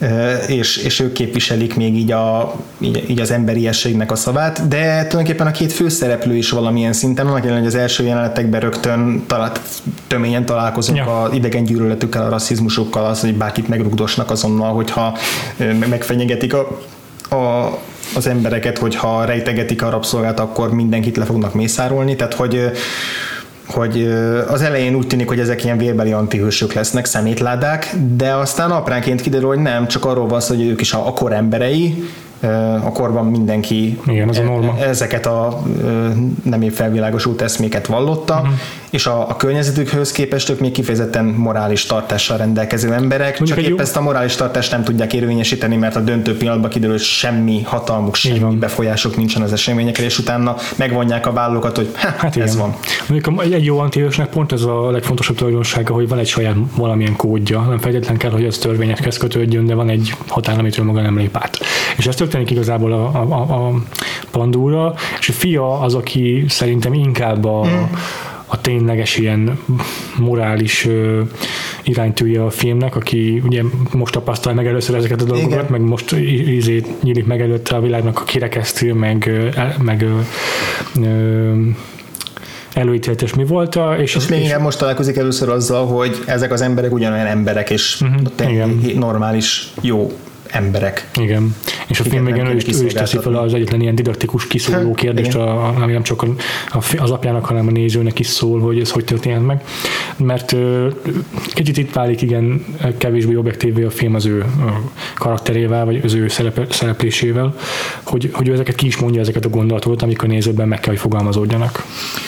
és, és ők képviselik még így, a, így, így az emberiességnek a szavát, de tulajdonképpen a két főszereplő is valamilyen szinten, annak ellenére, hogy az első jelenetekben rögtön talált, töményen találkozunk ja. az idegen gyűlöletükkel, a rasszizmusokkal, az, hogy bárkit megrugdosnak azonnal, hogyha megfenyegetik a, a, az embereket, hogyha rejtegetik a rabszolgát, akkor mindenkit le fognak mészárolni, tehát hogy hogy az elején úgy tűnik, hogy ezek ilyen vérbeli antihősök lesznek, szemétládák, de aztán apránként kiderül, hogy nem, csak arról van szó, hogy ők is a, a kor emberei, a korban mindenki igen, ez a norma. ezeket a nem épp felvilágosult eszméket vallotta, uh-huh. és a, a környezetükhöz képest ők még kifejezetten morális tartással rendelkező emberek, mondjuk csak épp jó... ezt a morális tartást nem tudják érvényesíteni, mert a döntő pillanatban kiderül, hogy semmi hatalmuk, semmi befolyásuk nincsen az eseményekre, és utána megvonják a vállukat, hogy ha, hát ez van. Mondjuk egy jó antihősnek pont ez a legfontosabb tulajdonsága, hogy van egy saját valamilyen kódja, nem feltétlen kell, hogy ez törvényekhez kötődjön, de van egy határ, amitől maga nem lép át. És ez történik igazából a, a, a Pandúra, és a fia az, aki szerintem inkább a, mm. a tényleges ilyen morális uh, iránytűje a filmnek, aki ugye most tapasztalja meg először ezeket a dolgokat, igen. meg most ízét nyílik meg előtte a világnak a kirekesztő, meg, meg uh, uh, előítéletes mi volt. És, és még inkább most találkozik először azzal, hogy ezek az emberek ugyanolyan emberek, és uh-huh, normális, jó emberek. Igen. És a film végén ő is, ő is teszi fel az egyetlen ilyen didaktikus kiszóló kérdést, a, ami nem csak a, a, az apjának, hanem a nézőnek is szól, hogy ez hogy történt meg. Mert ö, kicsit itt válik igen kevésbé objektívvé a film az ő karakterével, vagy az ő szerep, szereplésével, hogy, hogy ő ezeket ki is mondja, ezeket a gondolatokat, amik a nézőben meg kell, hogy fogalmazódjanak.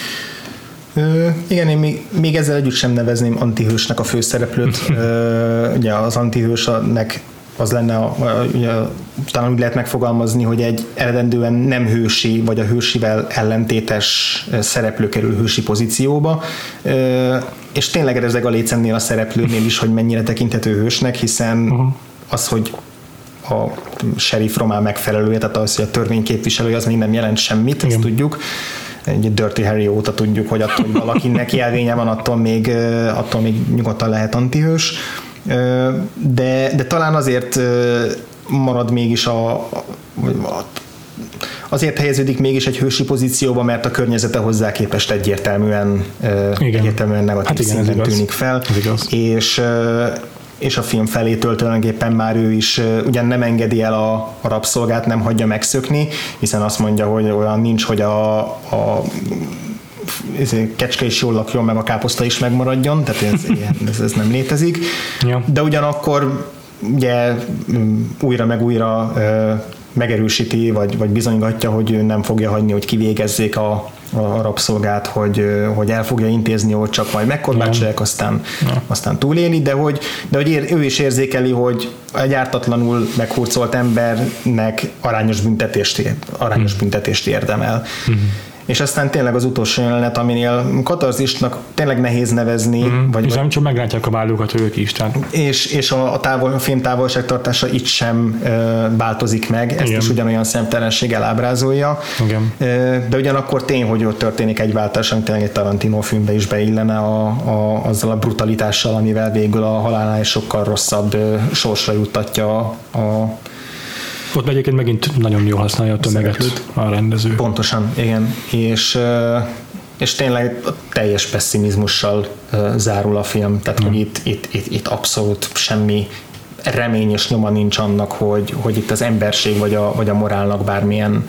Ö, igen, én még, még ezzel együtt sem nevezném antihősnek a főszereplőt. Ö, ugye az antihősnek az lenne, a, a, ugye, talán úgy lehet megfogalmazni, hogy egy eredendően nem hősi, vagy a hősivel ellentétes szereplő kerül hősi pozícióba, és tényleg rezeg a lécennél a szereplőnél is, hogy mennyire tekinthető hősnek, hiszen uh-huh. az, hogy a sheriff román megfelelője, tehát az, hogy a törvényképviselője, az még nem jelent semmit, ezt tudjuk. Egy Dirty Harry óta tudjuk, hogy attól, hogy valakinek jelvénye van, attól még, attól még nyugodtan lehet antihős. De, de talán azért marad mégis a, a azért helyeződik mégis egy hősi pozícióba, mert a környezete hozzá képest egyértelműen, egyértelműen negatív hát szinten tűnik fel, és, és a film felétől tulajdonképpen már ő is ugyan nem engedi el a, a rabszolgát, nem hagyja megszökni, hiszen azt mondja, hogy olyan nincs, hogy a, a kecske is jól lakjon, meg a káposzta is megmaradjon, tehát ez, ez, ez nem létezik. Ja. De ugyanakkor ugye újra meg újra megerősíti, vagy, vagy bizonygatja, hogy ő nem fogja hagyni, hogy kivégezzék a, a rabszolgát, hogy, hogy el fogja intézni, hogy csak majd megkorbácsolják, aztán, ja. aztán túléli, de hogy, de hogy ér, ő is érzékeli, hogy egy ártatlanul meghurcolt embernek arányos büntetést, arányos hmm. büntetést érdemel. Hmm. És aztán tényleg az utolsó jelenet, aminél katarzisnak tényleg nehéz nevezni. Mm, vagy, és nem csak meglátják a vállukat ők is. Tehát. És, és a, a, távol, a film távolságtartása itt sem uh, változik meg, ezt igen. is ugyanolyan szemtelenséggel ábrázolja. Igen. Uh, de ugyanakkor tény, hogy ott történik egy váltás, ami tényleg egy Tarantino filmbe is beillene a, a, azzal a brutalitással, amivel végül a halálnál sokkal rosszabb uh, sorsra juttatja a ott egyébként megint nagyon jól használja a tömeget a rendező. Pontosan, igen. És, és tényleg teljes pessimizmussal zárul a film. Tehát, hmm. hogy itt, itt, itt, itt abszolút semmi remény és nyoma nincs annak, hogy, hogy itt az emberség vagy a, vagy a morálnak bármilyen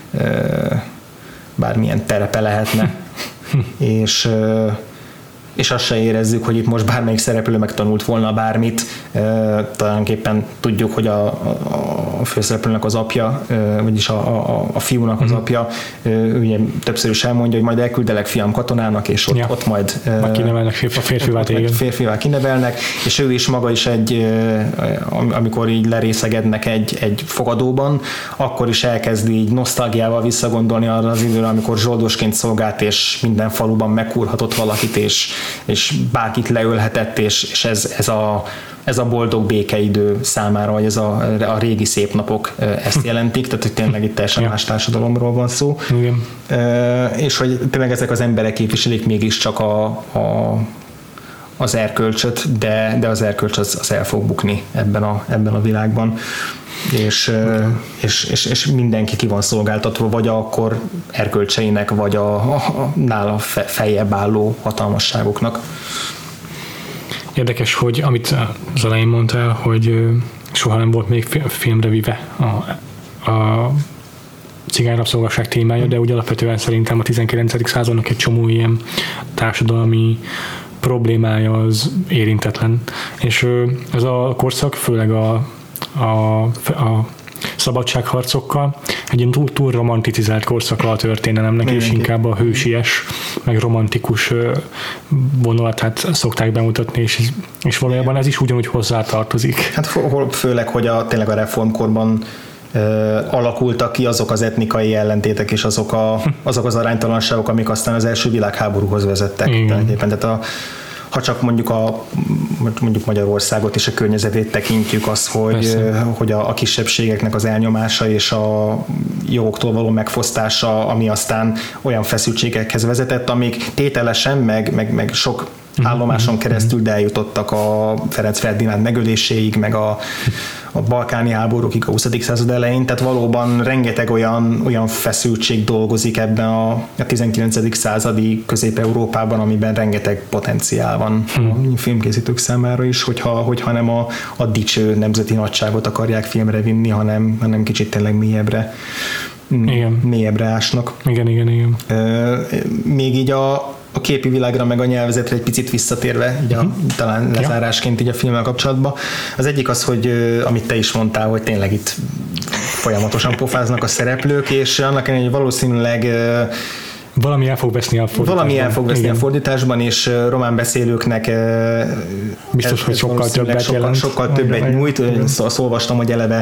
bármilyen terepe lehetne. és és azt se érezzük, hogy itt most bármelyik szereplő megtanult volna bármit. Talánképpen tudjuk, hogy a, a, a főszereplőnek az apja, vagyis a, a, a fiúnak az apja, ugye többször is elmondja, hogy majd elküldelek fiam katonának, és ott, ja. ott majd Meg kinevelnek a férfivá téged. Férfivá kinevelnek, és ő is maga is egy, amikor így lerészegednek egy, egy fogadóban, akkor is elkezdi így nosztalgiával visszagondolni arra az időre, amikor zsoldosként szolgált, és minden faluban megkúrhatott valakit, és és bárkit leölhetett, és, és ez, ez, a, ez a boldog békeidő számára, vagy ez a, a régi szép napok ezt jelentik, tehát hogy tényleg itt teljesen ja. más társadalomról van szó. Igen. E, és hogy tényleg ezek az emberek képviselik mégiscsak a, a, az erkölcsöt, de, de az erkölcs az, az el fog bukni ebben a, ebben a világban. És, okay. és, és, és mindenki ki van szolgáltatva, vagy akkor erkölcseinek, vagy a, a, a nála feljebb álló hatalmasságoknak. Érdekes, hogy amit az elején mondtál, hogy soha nem volt még filmre vive a, a cigányrabszolgasság témája, de úgy alapvetően szerintem a tizenkilencedik századnak egy csomó ilyen társadalmi problémája az érintetlen. És ez a korszak főleg a, a, a szabadságharcokkal egy ilyen túl, túl romanticizált korszaka a történelemnek, és inkább a hősies, meg romantikus vonulatát szokták bemutatni, és, és valójában ez is ugyanúgy hozzátartozik. Hát főleg, hogy a, tényleg a reformkorban ö, alakultak ki azok az etnikai ellentétek, és azok, a, azok az aránytalanságok, amik aztán az első világháborúhoz vezettek. Tehát a ha csak mondjuk, a, mondjuk Magyarországot és a környezetét tekintjük, az, hogy, hogy a, a kisebbségeknek az elnyomása és a jogoktól való megfosztása, ami aztán olyan feszültségekhez vezetett, amik tételesen, meg, meg, meg sok állomáson keresztül, de eljutottak a Ferenc Ferdinánd megöléséig, meg a, a balkáni háborúkig a huszadik század elején, tehát valóban rengeteg olyan, olyan feszültség dolgozik ebben a, a tizenkilencedik századi Közép-Európában, amiben rengeteg potenciál van hmm. a filmkészítők számára is, hogyha, hogyha nem a, a dicső nemzeti nagyságot akarják filmre vinni, hanem, hanem kicsit tényleg mélyebbre, igen. mélyebbre ásnak. Igen, igen, igen. Még így a a képi világra meg a nyelvezetre egy picit visszatérve, így a, uh-huh. talán lezárásként így a filmmel kapcsolatban. Az egyik az, hogy amit te is mondtál, hogy tényleg itt folyamatosan pofáznak a szereplők, és annak ellenére, hogy valószínűleg valami el fog veszni a fordításban. Valami el fog veszni igen. a fordításban, és román beszélőknek biztos, hogy sokkal többet sokkal, jelent. Sokkal többet nyújt. Azt olvastam, hogy eleve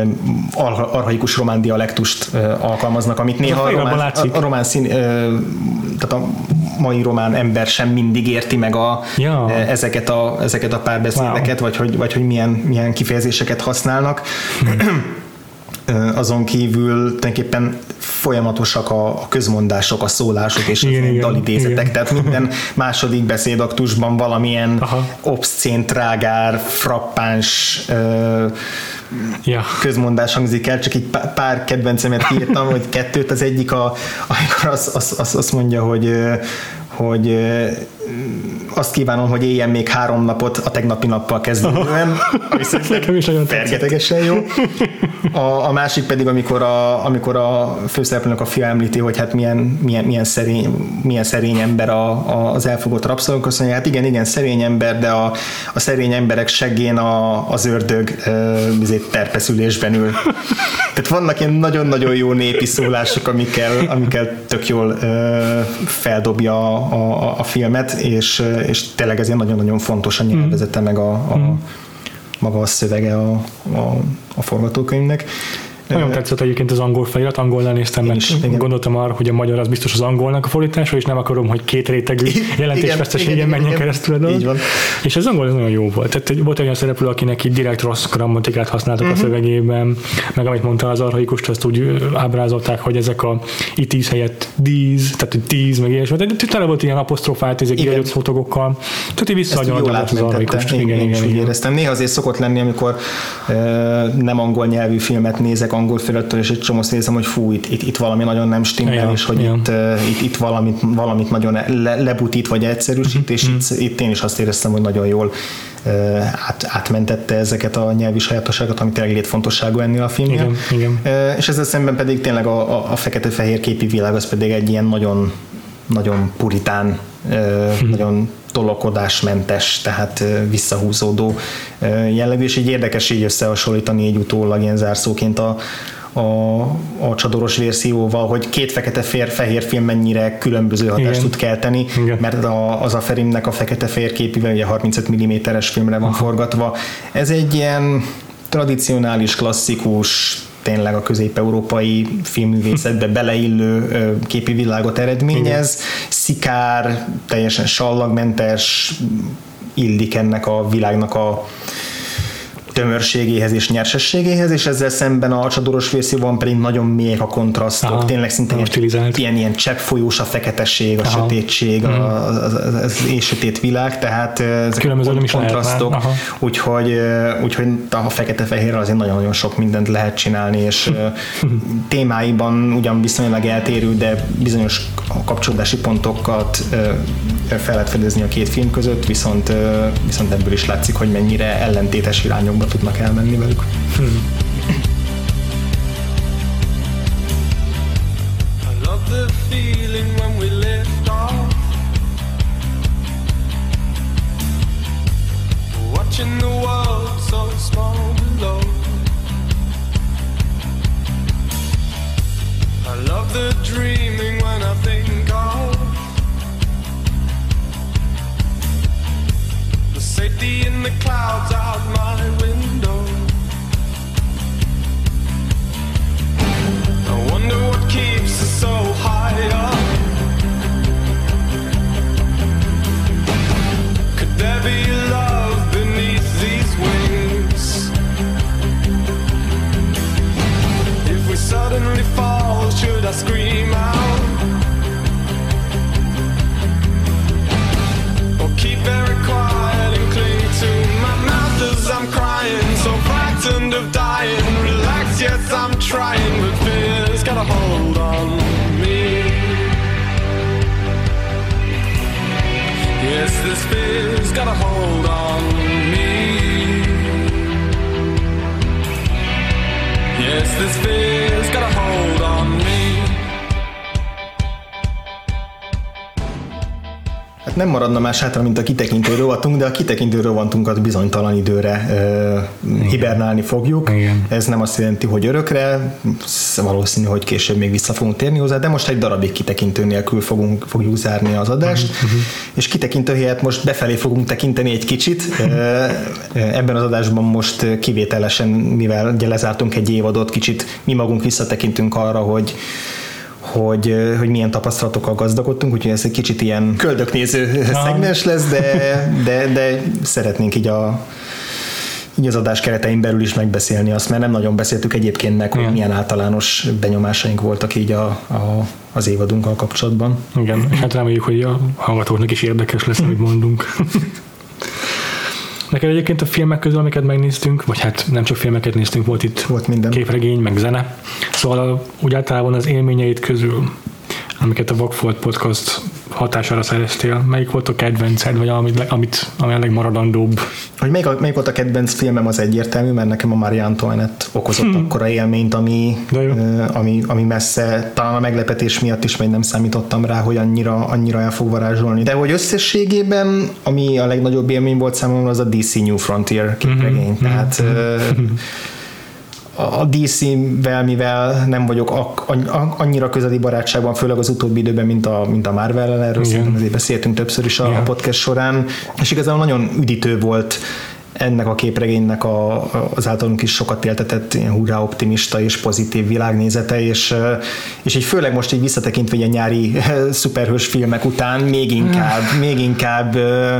archaikus román dialektust alkalmaznak, amit néha a román, a román szín, tehát a mai román ember sem mindig érti meg a, ja. ezeket, a, ezeket a párbeszédeket, wow. vagy hogy, vagy hogy milyen, milyen kifejezéseket használnak. Hmm. Azon kívül tulajdonképpen folyamatosak a, a közmondások, a szólások és igen, az dalidézetek, tehát minden második beszédaktusban valamilyen aha. obszcén, trágár, frappáns ö, ja. közmondás hangzik el, csak egy pár kedvencemet írtam, hogy kettőt, az egyik, a, amikor azt az, az, az mondja, hogy hogy azt kívánom, hogy éljen még három napot a tegnapi nappal kezdődően, nekem is nagyon fergetegesen jó. A, a másik pedig, amikor a, amikor a főszereplőnek a fia említi, hogy hát milyen, milyen, milyen, szerény, milyen szerény ember a, a, az elfogott rabszolgok, azt mondja, hát igen, igen, szerény ember, de a, a szerény emberek seggén a, az ördög uh, terpeszülésben ül. Tehát vannak ilyen nagyon-nagyon jó népi szólások, amikkel, amikkel tök jól uh, feldobja a, a, a filmet, és, és tényleg ezért nagyon-nagyon fontos a nyelvezete, meg a, a, maga a szövege a, a, a forgatókönyvnek. Nagyon tetszett egyébként az angol felirat, angolnál néztem, mert is, gondoltam arra, hogy a magyar az biztos az angolnak a fordítása, és nem akarom, hogy két rétegű jelentésveszteségen menjen igen, keresztül a dolog. És az angol az nagyon jó volt. Tehát volt olyan szereplő, akinek így direkt rossz grammatikát használtak uh-huh. a szövegében, meg amit mondta az archaikust, azt úgy ábrázolták, hogy ezek a it is helyett these, tehát hogy tíz, meg ilyesmi. Tehát tele volt ilyen apostrofát, ezek kiadott fotogokkal. Tehát így visszaadja az archaikust. Igen, igen, igen, igen. Éreztem. Néha azért szokott lenni, amikor uh, nem angol nyelvű filmet nézek angol felülettől, és egy csomó nézem, hogy fú, itt, itt, itt valami nagyon nem stimmel, ja, és hogy ja. itt, itt, itt valamit, valamit nagyon le, lebutít, vagy egyszerűsít, és mm. itt, itt én is azt éreztem, hogy nagyon jól uh, át, átmentette ezeket a nyelvi sajátosságokat, ami tényleg létfontosságú ennél a filmnél. Igen, igen. Uh, és ezzel szemben pedig tényleg a, a, a fekete-fehér képi világ az pedig egy ilyen nagyon, nagyon puritán, uh, mm. nagyon tolokodásmentes, tehát visszahúzódó jellegű, és így érdekes így összehasonlítani így utólag ilyen zárszóként a, a, a csadoros verzióval, hogy két fekete-fehér film mennyire különböző hatást igen. tud kelteni, igen. mert a, az Aferimnek a fekete-fehér képivel ugye harmincöt milliméteres filmre van aha. forgatva. Ez egy ilyen tradicionális, klasszikus, tényleg a közép-európai filmművészetbe beleillő képi világot eredményez. Igen. Szikár, teljesen sallagmentes, illik ennek a világnak a tömörségéhez és nyersességéhez, és ezzel szemben a Csadoros félszívóban pedig nagyon mélyek a kontrasztok, aha, tényleg szinte ilyen, ilyen, ilyen cseppfolyós a feketesség, a aha. sötétség, mm. az, az, az éjsötét világ, tehát ezek a kontrasztok, úgyhogy, úgyhogy a fekete-fehérrel azért nagyon-nagyon sok mindent lehet csinálni, és témáiban ugyan viszonylag eltérő, de bizonyos kapcsolódási pontokat fel lehet fedezni a két film között, viszont, viszont ebből is látszik, hogy mennyire ellentétes irányokba tudnak elmenni velük. Hmm. I love the feeling when we lift off, watching the world so small below. I love the dreaming when I think of the safety in the clouds out my window. I wonder what keeps us so high up. Could there be love beneath these wings? If we suddenly fall, should I scream out? Or keep very quiet and cling to my mouth as I'm crying, so frightened of dying? Relax, yes, I'm trying, but fear's got a hold on me. Yes, this fear's got a hold on me. Yes, this fear's got a hold on me. Hát nem maradna más hátra, mint a kitekintő rovatunk, de a kitekintő rovatunkat bizonytalan időre uh, hibernálni fogjuk. Igen. Ez nem azt jelenti, hogy örökre, valószínű, hogy később még vissza fogunk térni hozzá, de most egy darabig kitekintő nélkül fogunk, fogjuk zárni az adást, uh-huh. és kitekintő helyett most befelé fogunk tekinteni egy kicsit. Ebben az adásban most kivételesen, mivel ugye lezártunk egy évadot, kicsit mi magunk visszatekintünk arra, hogy Hogy, hogy milyen tapasztalatokkal gazdagodtunk, úgyhogy ez egy kicsit ilyen köldöknéző szegmens lesz, de, de, de szeretnénk így, a, így az adás keretein belül is megbeszélni azt, mert nem nagyon beszéltük egyébként meg, hogy milyen általános benyomásaink voltak így a, a, az évadunkkal kapcsolatban. Igen, és hát reméljük, hogy a hallgatóknak is érdekes lesz, amit mondunk. Neked egyébként a filmek közül, amiket megnéztünk, vagy hát nem csak filmeket néztünk, volt itt volt minden. Képregény, meg zene. Szóval úgy általában az élményeid közül, amiket a Vagfolt Podcast hatására szereztél, melyik volt a kedvenced, vagy amit, amit, ami a legmaradandóbb? Hogy melyik, melyik volt a kedvenc filmem, az egyértelmű, mert nekem a Marie Antoinette okozott hmm. akkora élményt, ami, ami, ami messze, talán a meglepetés miatt is még nem számítottam rá, hogy annyira, annyira el fog varázsolni. De hogy összességében, ami a legnagyobb élmény volt számomra, az a dé cé New Frontier képregény. Hmm. Tehát hmm. a dé cé-vel, mivel nem vagyok annyira közeli barátságban, főleg az utóbbi időben, mint a, mint a Marvel-el, erről szerintem azért beszéltünk többször is a, a podcast során, és igazából nagyon üdítő volt ennek a képregénynek a, az általunk is sokat éltetett ilyen hurrá optimista és pozitív világnézete, és, és így főleg most így visszatekintve ilyen nyári szuperhős filmek után még inkább, még inkább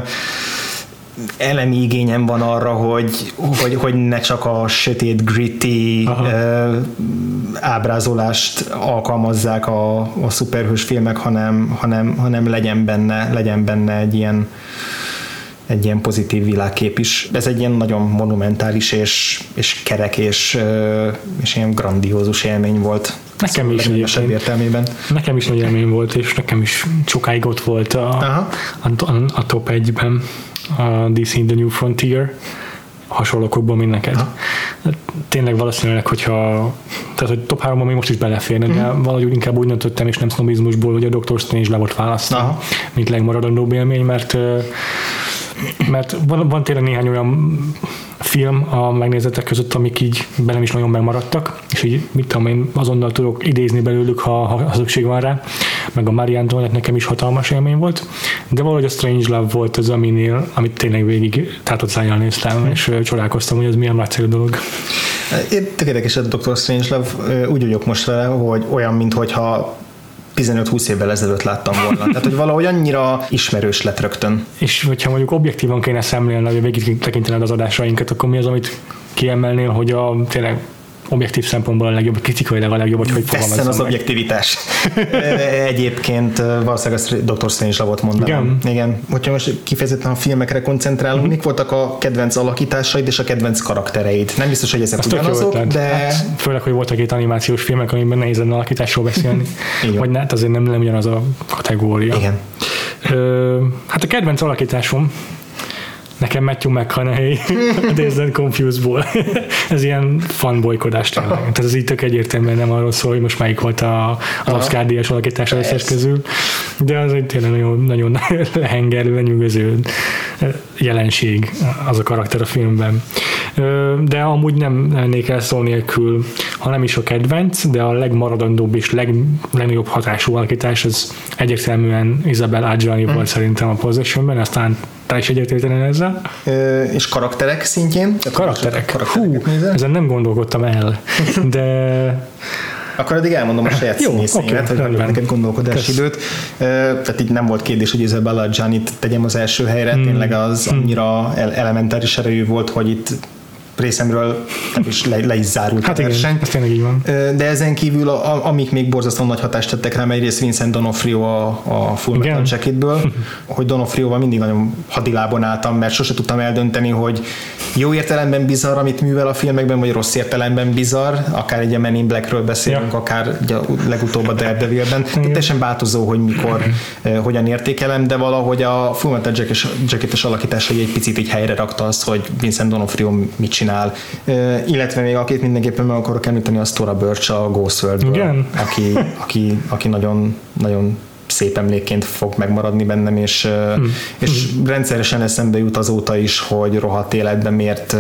elemi igényem van arra, hogy, hogy, hogy ne csak a sötét, gritty uh, ábrázolást alkalmazzák a, a szuperhős filmek, hanem, hanem, hanem legyen benne, legyen benne egy ilyen egy ilyen pozitív világkép is. Ez egy ilyen nagyon monumentális és, és kerek és, és ilyen grandiózus élmény volt. Nekem is egyébként. Értelmében. Nekem is nagy élmény volt, és nekem is sokáig ott volt a, a, a, a top egyben a dé cé The New Frontier, hasonlókokban, mint neked. Ha. Tényleg valószínűleg, hogyha tehát, hogy top háromban még most is beleférne, mm. de valahogy inkább úgy döntöttem, és nem sznobizmusból, hogy a doktor Strange le volt választva, mint legmaradandóbb élmény, mert mert van, van tényleg néhány olyan film a megnézetek között, amik így belem is nagyon megmaradtak, és így mit tudom én, azonnal tudok idézni belőlük, ha, ha szükség van rá, meg a Marie Antoinette nekem is hatalmas élmény volt, de valahogy a Strangelove volt az, aminél, amit tényleg végig tátott szájjal néztem, és csodálkoztam, hogy ez milyen nagyszerű dolog. Én tök érdekes, a doktor Strangelove, úgy vagyok most vele, hogy olyan, minthogyha tizenöt-húsz évvel ezelőtt láttam volna. Tehát, hogy valahogy annyira ismerős lett rögtön. És hogyha mondjuk objektívan kéne szemlélni, hogy végig tekintened az adásainkat, akkor mi az, amit kiemelnél, hogy a tényleg objektív szempontból a legjobb, kritikailag a legjobb, hogy hogy fogalmazom Veszten az meg. objektivitás. Egyébként valószínűleg azt doktor Strange-ot mondanám. Igen. Igen. Hogyha most kifejezetten a filmekre koncentrálunk, mm-hmm. mik voltak a kedvenc alakításaid és a kedvenc karaktereid? Nem biztos, hogy ezek Azt ugyanazok, de... Hát, főleg, hogy voltak itt animációs filmek, amiben nehéz lenne alakításról beszélni. Vagy ne, hát azért nem, nem ugyanaz a kategória. Igen. Ö, hát a kedvenc alakításom nekem Matthew McConaughey a Dazed and Confused-ból. Ez ilyen fanbolykodás tényleg. Tehát ez így tök egyértelműen nem arról szól, hogy most melyik volt a, az Oscar-díjas alakítás az összes közül, de az egy tényleg nagyon, nagyon lehengerlő, lenyűgöző jelenség az a karakter a filmben. De amúgy nem lennék el szó nélkül, ha nem is a kedvenc, de a legmaradandóbb és leg, legnagyobb hatású alakítás az egyértelműen Isabel Adjani mm. volt szerintem a Possessionben, aztán te is egyetértenél ezzel? Ö, és karakterek szintjén? Karakterek? Hú, ezen nem gondolkodtam el, de... Akkor addig elmondom a saját színészeimet, okay, hogy neked gondolkodási időt. Tehát így nem volt kérdés, hogy Isabel Adjanit tegyem az első helyre, mm. tényleg az annyira elementáris erejű volt, hogy itt részemről nem is le, le is zárult hát a verseny. Igen, ez tényleg így van. De ezen kívül, a, a, amik még borzasztóan nagy hatást tettek rám, egyrészt Vincent D'Onofrio a, a Full Metal Jacketből, hogy D'Onofrioval mindig nagyon hadilában álltam, mert sose tudtam eldönteni, hogy jó értelemben bizarr, amit művel a filmekben, vagy rossz értelemben bizarr, akár egy a Men in Blackről beszélünk, ja. akár ugye, legutóbb a Daredevilben. Teljesen változó, hogy mikor, eh, hogyan értékelem, de valahogy a Full Metal Jacketes alakításai egy picit így helyre rakta azt, hogy Vincent D'Onofrio mit csinál. Uh, illetve még akit mindenképpen meg akarok említeni, az Thora Birch a Ghost World-ből, aki, aki, aki nagyon, nagyon szép emlékként fog megmaradni bennem, és, mm. és mm. rendszeresen eszembe jut azóta is, hogy rohadt életben miért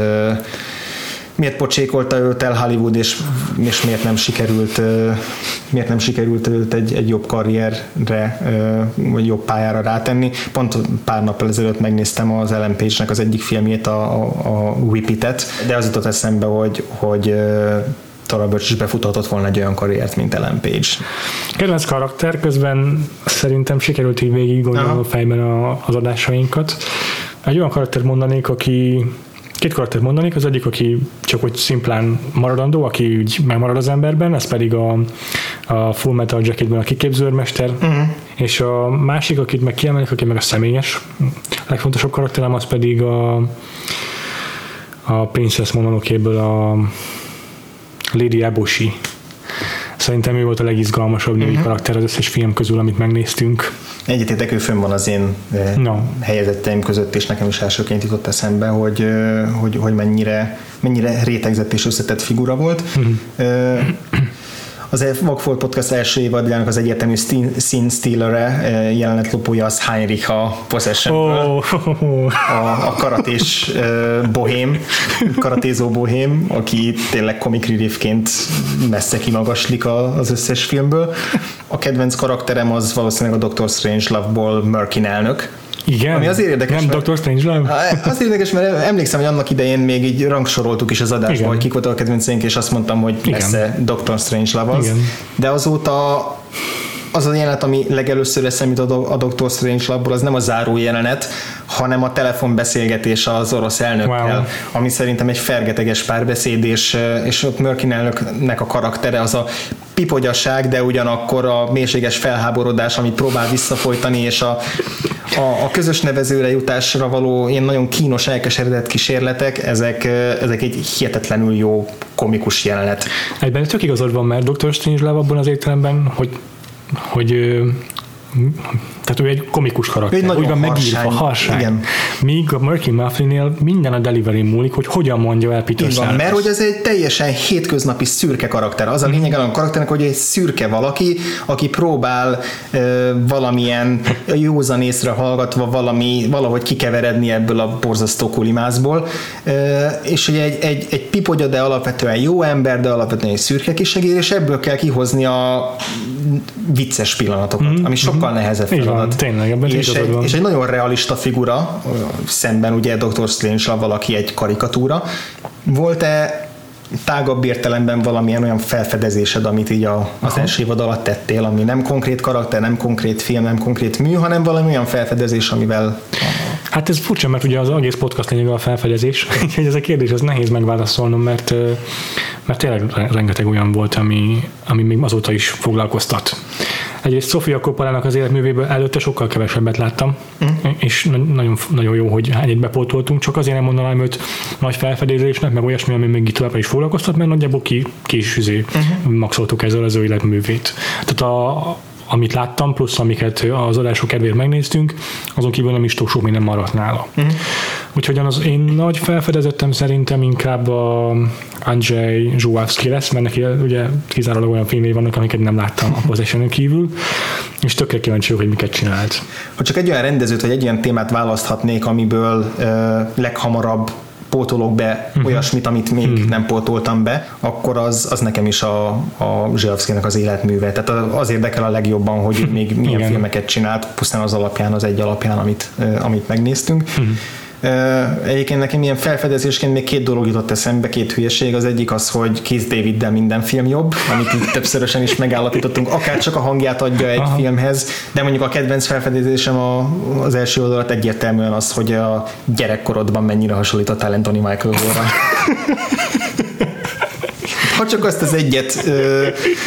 miért pocsékolta őt el Hollywood, és, és miért nem sikerült miért nem sikerült őt egy, egy jobb karrierre, vagy jobb pályára rátenni. Pont pár nappal ezelőtt megnéztem az Ellen Page-nek az egyik filmjét, a, a, a Whip It-et, de az jutott eszembe, hogy, hogy Thora Birch is befuthatott volna egy olyan karriert, mint Ellen Page. Kedvenc karakter, közben szerintem sikerült így végig gondolni a fejben a, az adásainkat. Egy olyan karakter mondanék, aki Két karaktert mondanék, az egyik, aki csak úgy szimplán maradandó, aki úgy megmarad az emberben, ez pedig a, a Full Metal Jacketben a kiképzőrmester, uh-huh. és a másik, akit meg kiemelik, aki meg a személyes, a legfontosabb karakterem, az pedig a, a Princess Mononokéből a Lady Eboshi. Szerintem ő volt a legizgalmasabb női uh-huh. karakter az összes film közül, amit megnéztünk. Egyetétek, ő fönn van az én no. helyezetteim között, és nekem is elsőként jutott eszembe, hogy, hogy, hogy mennyire, mennyire rétegzett és összetett figura volt. Uh-huh. Az Vagfolt Podcast első évadjának az egyértelmű scene stealer-e, jelenetlopója az Heinrich a Possessionből. Oh, oh, oh. A, a karatés bohém, karatézó bohém, aki tényleg comic reliefként messze kimagaslik az összes filmből. A kedvenc karakterem az valószínűleg a Doctor Strangelove-ból Merkin elnök. Igen, ami azért érdekes, nem Doctor Strangelove? Azért érdekes, mert emlékszem, hogy annak idején még így rangsoroltuk is az adásban, hogy kik voltak a kedvenceink, és azt mondtam, hogy messze Doctor Strangelove az. Igen. De azóta az a jelenet, ami legelőször eszembe jut a Doctor Strangelove-ból, az nem a záró jelenet, hanem a telefonbeszélgetés az orosz elnökkel, wow. ami szerintem egy fergeteges párbeszéd, és, és ott Merkin elnöknek a karaktere az a pipogyaság, de ugyanakkor a mélységes felháborodás, amit próbál visszafolytani, és a, a, a közös nevezőre jutásra való ilyen nagyon kínos, elkeseredett kísérletek, ezek, ezek egy hihetetlenül jó komikus jelenet. Egyben tök igazad van, mert Doctor Strangelove abban az értelemben, hogy, hogy tehát ő egy komikus karakter, úgy van megírva, harsány. Igen. Míg a Murky Mufflinnél minden a delivery múlik, hogy hogyan mondja el Peter Sellers. Mert hogy ez egy teljesen hétköznapi szürke karakter. Az a lényeg a karakternek, hogy egy szürke valaki, aki próbál ö, valamilyen józan észre hallgatva valami, valahogy kikeveredni ebből a borzasztó kulimászból, ö, és hogy egy, egy, egy pipogya, de alapvetően jó ember, de alapvetően egy szürke kisegér, és ebből kell kihozni a vicces pillanatokat, mm-hmm. ami sokkal nehezebb feladat. Van, tényleg, ebben és, egy, és egy nagyon realista figura, szemben ugye Doctor Strange-sal valaki egy karikatúra. Volt-e tágabb értelemben valamilyen olyan felfedezésed, amit így a, az első évad alatt tettél, ami nem konkrét karakter, nem konkrét film, nem konkrét mű, hanem valami olyan felfedezés, amivel Hát ez furcsa, mert ugye az egész podcast lényege a felfedezés, úgyhogy ez a kérdés, az nehéz megválaszolnom, mert, mert tényleg rengeteg olyan volt, ami, ami még azóta is foglalkoztat. Egyrészt Sofia Coppolának az életművéből előtte sokkal kevesebbet láttam, uh-huh. és nagyon, nagyon jó, hogy hányit bepótoltunk, csak azért nem mondanám őt nagy felfedezésnek, meg olyasmi, ami még itt továbbra is foglalkoztat, mert nagyjából ki, ki is üzé, uh-huh. maxoltuk ezzel az ő életművét. Tehát a, amit láttam, plusz amiket az adások kedvéért megnéztünk, azon kívül nem is túl sok minden maradt nála. Uh-huh. Úgyhogy az én nagy felfedezettem szerintem inkább a Andrzej Żuławski lesz, mert neki ugye kizárólag olyan filmjei vannak, amiket nem láttam a Possession-en kívül, és tökre kíváncsi vagyok, hogy miket csinált. Ha csak egy olyan rendezőt, vagy egy olyan témát választhatnék, amiből uh, leghamarabb pótolok be uh-huh. olyasmit, amit még uh-huh. nem pótoltam be, akkor az, az nekem is a, a Żuławskinek az életműve. Tehát az érdekel a legjobban, hogy még milyen igen. filmeket csinált, pusztán az alapján, az egy alapján, amit, amit megnéztünk. Uh-huh. Uh, egyébként nekem ilyen felfedezésként még két dolog jutott eszembe, két hülyeség. Az egyik az, hogy Keith Daviddel minden film jobb, amit így többszörösen is megállapítottunk, akár csak a hangját adja egy aha. filmhez, de mondjuk a kedvenc felfedezésem a, az első oldalat egyértelműen az, hogy a gyerekkorodban mennyire hasonlítottál Anthony Michael Hall-ra. Ha csak azt az egyet uh,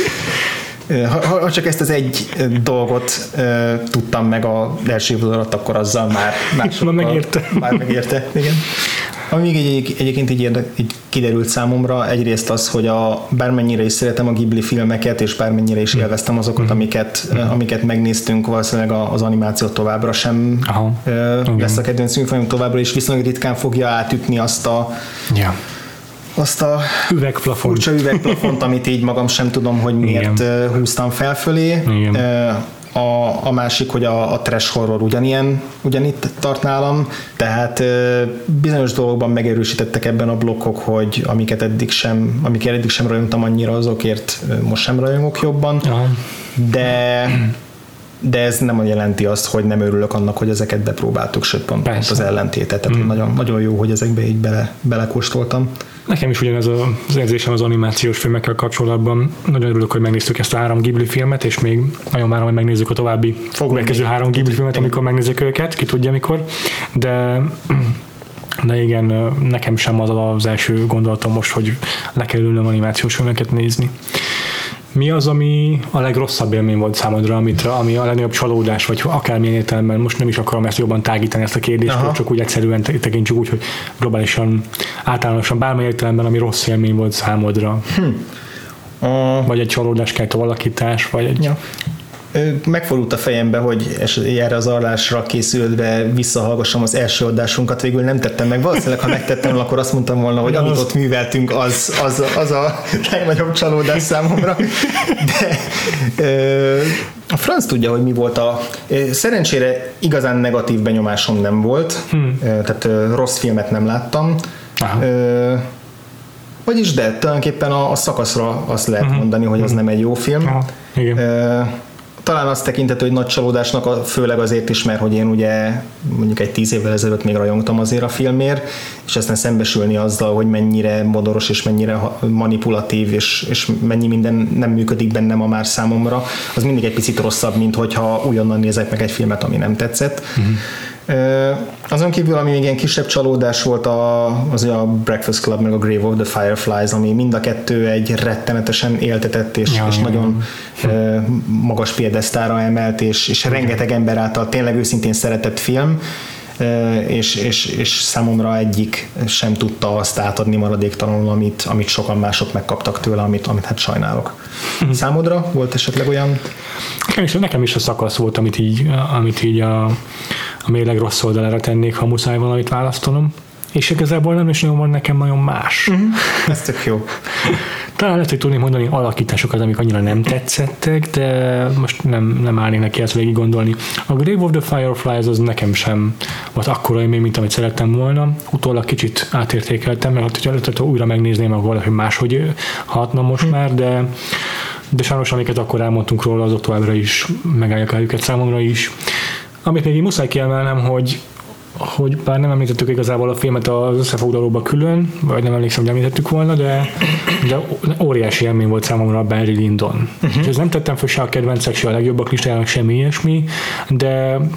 Ha, ha csak ezt az egy dolgot uh, tudtam meg az első évad alatt, akkor azzal már, már sokkal, megérte. Már megérte, igen. Ami még egy, egyébként így, érde, így kiderült számomra, egyrészt az, hogy a, bármennyire is szeretem a Ghibli filmeket, és bármennyire is élveztem azokat, amiket, mm. amiket megnéztünk, valószínűleg az animáció továbbra sem Aha, uh, lesz a kedvenc műfajom továbbra is, viszonylag ritkán fogja átütni azt a yeah. azt a üvegplafont. furcsa üvegplafont, amit így magam sem tudom, hogy miért igen. húztam felfölé. A, a másik, hogy a, a trash horror ugyanilyen, ugyanitt tart nálam, tehát bizonyos dolgokban megerősítettek ebben a blokkok, hogy amiket eddig sem, amiket eddig sem rajongtam annyira, azokért most sem rajongok jobban, aha. de de ez nem jelenti azt, hogy nem örülök annak, hogy ezeket bepróbáltuk, sőt pont, pont az ellentétet. Tehát mm. nagyon, nagyon jó, hogy ezekbe így bele, belekóstoltam. Nekem is ugyanez az érzésem az animációs filmekkel kapcsolatban. Nagyon örülök, hogy megnéztük ezt a három Ghibli filmet, és még nagyon várom, hogy megnézzük a további következő három Ghibli filmet, amikor megnézzük őket, ki tudja mikor. De de igen, nekem sem az az első gondolatom most, hogy le kell ülnöm animációs filmeket nézni. Mi az, ami a legrosszabb élmény volt számodra, amit, ami a legnagyobb csalódás, vagy akármilyen értelemben, most nem is akarom ezt jobban tágítani ezt a kérdést, aha. csak úgy egyszerűen tekintsük úgy, hogy globálisan, általánosan bármely értelemben, ami rossz élmény volt számodra. Hm. A... Vagy egy csalódás, kelt a alakítás, vagy egy... Ja. Megfordult a fejembe, hogy erre az arlásra készülve visszahallgassam az első adásunkat, végül nem tettem meg. Valószínűleg, ha megtettem, akkor azt mondtam volna, hogy amit ott műveltünk, az, az, az a legnagyobb csalódás számomra. De a franc tudja, hogy mi volt a... Szerencsére igazán negatív benyomásom nem volt, hmm. tehát rossz filmet nem láttam. Aha. Vagyis de, tulajdonképpen a, a szakaszra azt lehet uh-huh. mondani, hogy az uh-huh. nem egy jó film. Aha. Igen. Talán azt tekintető, hogy nagy csalódásnak, főleg azért is, mert hogy én ugye mondjuk egy tíz évvel ezelőtt még rajongtam azért a filmért, és aztán szembesülni azzal, hogy mennyire modoros és mennyire manipulatív, és, és mennyi minden nem működik benne ma már számomra, az mindig egy picit rosszabb, mint hogyha újonnan nézek meg egy filmet, ami nem tetszett. Uh-huh. Uh, azon kívül, ami még ilyen kisebb csalódás volt, a, az a Breakfast Club meg a Grave of the Fireflies, ami mind a kettő egy rettenetesen éltetett és, ja, és ja, nagyon ja. Uh, magas piedesztára emelt, és, és rengeteg ember által tényleg őszintén szeretett film, uh, és, és, és számomra egyik sem tudta azt átadni maradéktalanul, amit, amit sokan mások megkaptak tőle, amit, amit hát sajnálok. Uh-huh. Számodra volt esetleg olyan? Nekem is, nekem is a szakasz volt, amit így, amit így a a mérleg rossz oldalára tennék, ha muszáj valamit választanom. És igazából nem is nagyon van nekem nagyon más. Uh-huh. Ez tök jó. Talán lehet, hogy tudnék mondani alakításokat, amik annyira nem tetszettek, de most nem, nem állnék neki ezt végig gondolni. A Grave of the Fireflies az nekem sem volt akkora élmény, mint amit szerettem volna. Utólag kicsit átértékeltem, mert ha újra megnézném, akkor valahogy máshogy hatna most uh-huh. már, de de sajnos amiket akkor elmondtunk róla, azok továbbra is megállják el őket számomra is. Amit még így muszáj kiemelnem, hogy, hogy bár nem említettük igazából a filmet az összefoglalóba külön, vagy nem emlékszem, hogy említettük volna, de, de óriási élmény volt számomra a Barry Lyndon. Uh-huh. Ez nem tettem föl se a kedvencek, se a legjobbak listájának, semmi ilyesmi, de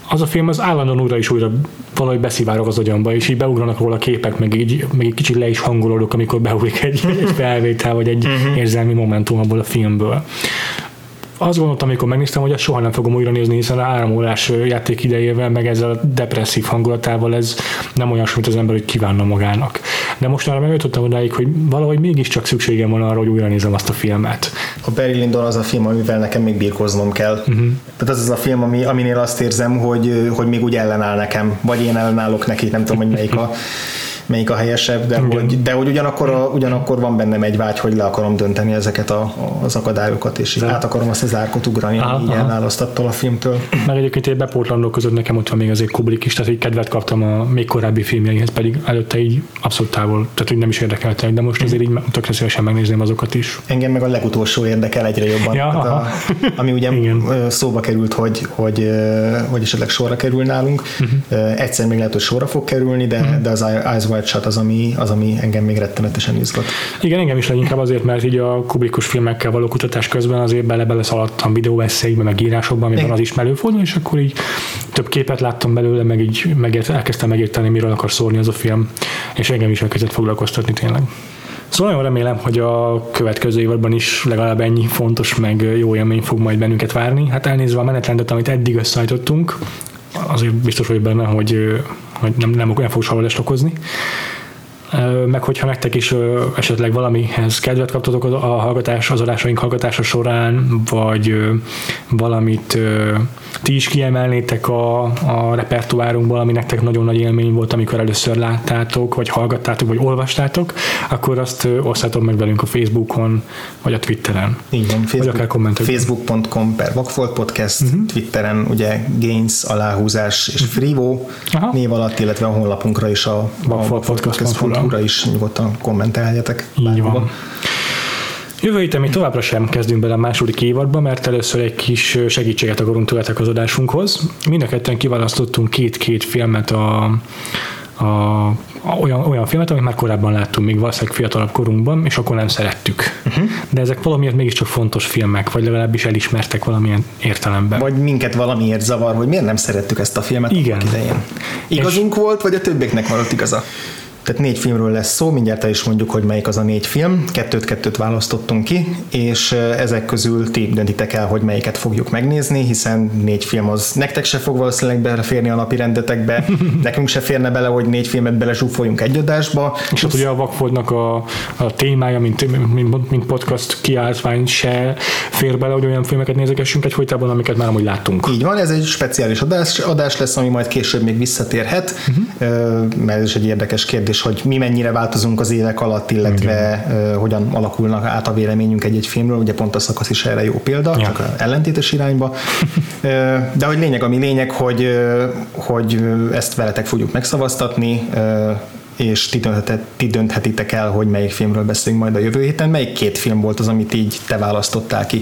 az a film az állandóan újra és újra valahogy beszivárog az agyamba, és így beugranak róla képek, meg így, meg egy kicsit le is hangolódok, amikor beugrik egy, egy felvétel, vagy egy uh-huh. érzelmi momentum abból a filmből. Azt gondoltam, amikor megnéztem, hogy ezt soha nem fogom újra nézni, hiszen a három órás játék idejével, meg ezzel a depresszív hangulatával ez nem olyan, mint az ember, hogy kívánna magának. De most már megjutottam odáig, hogy valahogy mégiscsak szükségem van arra, hogy újra nézem azt a filmet. A Barry Lyndon az a film, amivel nekem még birkóznom kell. Uh-huh. Tehát az az a film, ami, aminél azt érzem, hogy, hogy még úgy ellenáll nekem, vagy én ellenállok neki, nem tudom, hogy melyik a melyik a helyesebb, de, hogy, de hogy ugyanakkor, a, ugyanakkor van bennem egy vágy, hogy le akarom dönteni ezeket a, az akadályokat, és így át akarom azt az árkot ugrani, ami így elválaszt attól a filmtől. Meg egyébként egy bepótlandók között nekem ott van még azért Kubrick is, tehát így kedvet kaptam a még korábbi filmjeihez, pedig előtte így abszolút távol, tehát úgy nem is érdekeltek, de most azért így tökre szívesen megnézném azokat is. Engem meg a legutolsó érdekel egyre jobban, ja, a, ami ugye szóba került, hogy, hogy, hogy esetleg sorra kerül nálunk. Uh-huh. Egyszer még lehet, hogy sorra fog kerülni, de, uh-huh. de az Eyes Wide Shut az, ami, az, ami engem még rettenetesen izgat. Igen, engem is leginkább azért, mert így a Kubrickus filmekkel való kutatás közben azért bele-bele szaladtam videóesszékbe, meg írásokban, amiben az is előfordul, és akkor így több képet láttam belőle, meg így megért, elkezdtem megérteni, miről akar szólni az a film, és engem is elkezdett foglalkoztatni tényleg. Szóval nagyon remélem, hogy a következő évadban is legalább ennyi fontos, meg jó élmény fog majd bennünket várni. Hát elnézve a menetrendet, amit eddig összeállítottunk, azért biztos vagyok benne, hogy, hogy nem, nem, nem fog csalódást okozni. Meg hogyha nektek is esetleg valamihez kedvet kaptatok a hallgatás, az adásaink hallgatása során, vagy valamit ti is kiemelnétek a, a repertoárunkból, ami nektek nagyon nagy élmény volt, amikor először láttátok, vagy hallgattátok, vagy olvastátok, akkor azt osszátok meg velünk a Facebookon, vagy a Twitteren. Így van, Facebook, facebook pont com per Vakfolt Podcast, uh-huh. Twitteren ugye Gains, aláhúzás és Frivo Aha. név alatt, illetve a honlapunkra is a Vakfolt Podcast pont hu-ra is nyugodtan kommenteljetek. Így van. Jövő héten még továbbra sem kezdünk bele a második évadba, mert először egy kis segítséget akarunk tőletek az adásunkhoz. Mind a ketten kiválasztottunk két-két filmet a, a, a, olyan, olyan filmet, amit már korábban láttunk, még valószínűleg fiatalabb korunkban, és akkor nem szerettük. Uh-huh. De ezek valamiért mégiscsak fontos filmek, vagy legalábbis elismertek valamilyen értelemben. Vagy minket valamiért zavar, hogy miért nem szerettük ezt a filmet Igen. idején. Igazunk és... volt, vagy a többieknek maradt igaza? Tehát négy filmről lesz szó, mindjárt el is mondjuk, hogy melyik az a négy film. Kettőt-kettőt választottunk ki, és ezek közül ti döntitek el, hogy melyiket fogjuk megnézni, hiszen négy film az nektek se fog valószínűleg beleférni a napi rendetekbe, nekünk se férne bele, hogy négy filmet belezsúfoljunk egy adásba. És hát ugye a Vakfoldnak a, a témája, mint, mint, mint podcast kiáltvány se fér bele, hogy olyan filmeket nézegessünk egyfolytában, amiket már amúgy láttunk. Így van, ez egy speciális adás, adás lesz, ami majd később még visszatérhet, uh-huh. mert ez egy érdekes kérdés, hogy mi mennyire változunk az évek alatt, illetve uh, hogyan alakulnak át a véleményünk egy-egy filmről, ugye pont a szakasz is erre jó példa, ja. csak ellentétes irányba. uh, de hogy lényeg, ami lényeg, hogy, uh, hogy ezt veletek fogjuk megszavaztatni, uh, és ti, ti dönthetitek el, hogy melyik filmről beszélünk majd a jövő héten. Melyik két film volt az, amit így te választottál ki?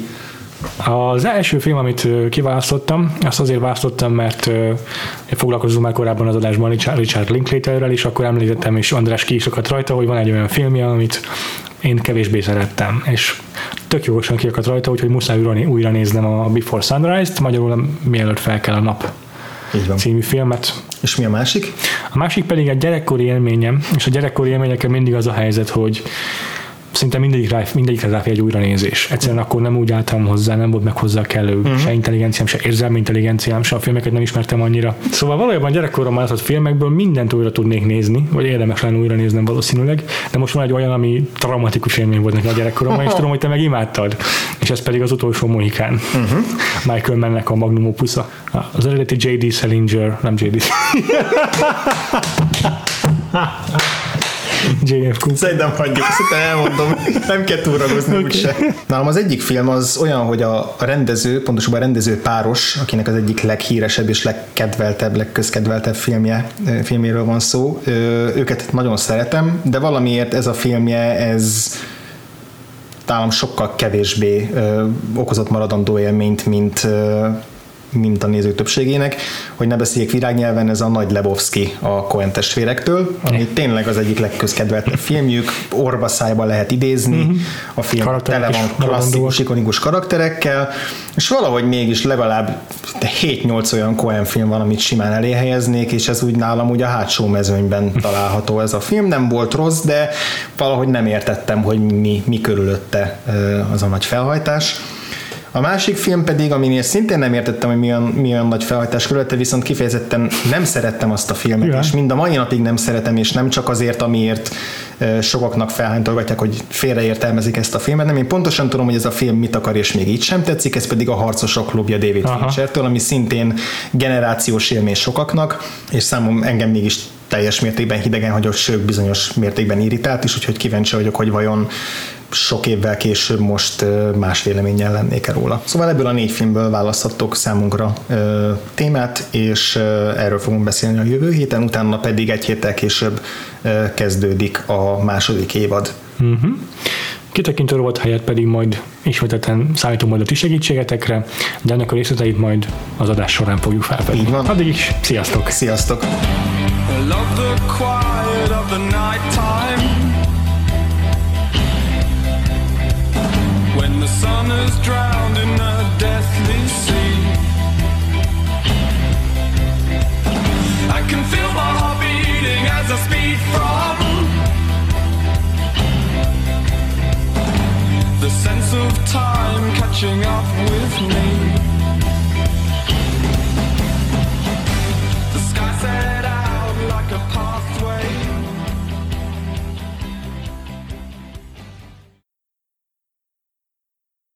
Az első film, amit kiválasztottam, azt azért választottam, mert foglalkozunk már korábban az adásban Richard Linklaterrel, és akkor említettem, és András ki is akadt rajta, hogy van egy olyan filmje, amit én kevésbé szerettem, és tök jogosan kiakadt rajta, úgyhogy muszáj újra néznem a Before Sunrise-t, magyarul mielőtt fel kell a nap című filmet. És mi a másik? A másik pedig egy gyerekkori élményem, és a gyerekkori élményekkel mindig az a helyzet, hogy szinte mindegyik rá, mindegyikre ráfér egy újranézés. Egyszerűen akkor nem úgy álltam hozzá, nem volt meg hozzá kellő uh-huh. se intelligenciám, se érzelmi intelligenciám, se a filmeket nem ismertem annyira. Szóval valójában gyerekkoromban látott filmekből mindent újra tudnék nézni, vagy érdemes lenne újra néznem valószínűleg, de most van egy olyan, ami traumatikus élmény volt nekem a gyerekkoromban, és tudom, hogy te meg imádtad. És ez pedig az utolsó Mohikán. Uh-huh. Michael Mannnek a magnum opusza. Az eredeti jé dé Salinger, nem jé dé jé ef kú. Szerintem hagyjuk, szerintem elmondom, nem kell túragozni okay. úgyse. Nálam az egyik film az olyan, hogy a rendező, pontosabban a rendező páros, akinek az egyik leghíresebb és legkedveltebb, legközkedveltebb filmje, filméről van szó. Őket nagyon szeretem, de valamiért ez a filmje, ez nálam sokkal kevésbé okozott maradandó élményt, mint mint a nézők többségének, hogy ne beszéljék virágnyelven, ez a Nagy Lebowski a Coen testvérektől, ami tényleg az egyik legközkedveltebb filmjük, orba szájba lehet idézni, mm-hmm. a film tele van klasszikus, ikonikus karakterekkel, és valahogy mégis legalább hét-nyolc olyan Coen film van, amit simán elé helyeznék, és ez úgy nálam úgy a hátsó mezőnyben található ez a film. Nem volt rossz, de valahogy nem értettem, hogy mi, mi körülötte az a nagy felhajtás. A másik film pedig, aminél szintén nem értettem, hogy milyen, milyen nagy felhajtás körülötte, viszont kifejezetten nem szerettem azt a filmet, ja. és mind a mai napig nem szeretem, és nem csak azért, amiért sokaknak felhánytolgatják, hogy félreértelmezik ezt a filmet, nem, én pontosan tudom, hogy ez a film mit akar, és még így sem tetszik, ez pedig a Harcosok klubja David Finchertől, ami szintén generációs élmény sokaknak, és számom engem mégis teljes mértékben hidegen hagyott, sőt bizonyos mértékben irritált is, úgyhogy kíváncsi vagyok, hogy vajon sok évvel később most más véleménnyel lennék-e róla. Szóval ebből a négy filmből választottok számunkra ö, témát, és ö, erről fogunk beszélni a jövő héten, utána pedig egy héttel később ö, kezdődik a második évad. Uh-huh. Kitekintő rovat helyett pedig majd ismételten szállítunk majd a ti segítségetekre, de ennek a részleteit majd az adás során fogjuk felvenni. Így van. Addig is, sziasztok! Sziasztok! I love the quiet of the night time, when the sun is drowned in a deathly sea. I can feel my heart beating as I speed from the sense of time catching up with me.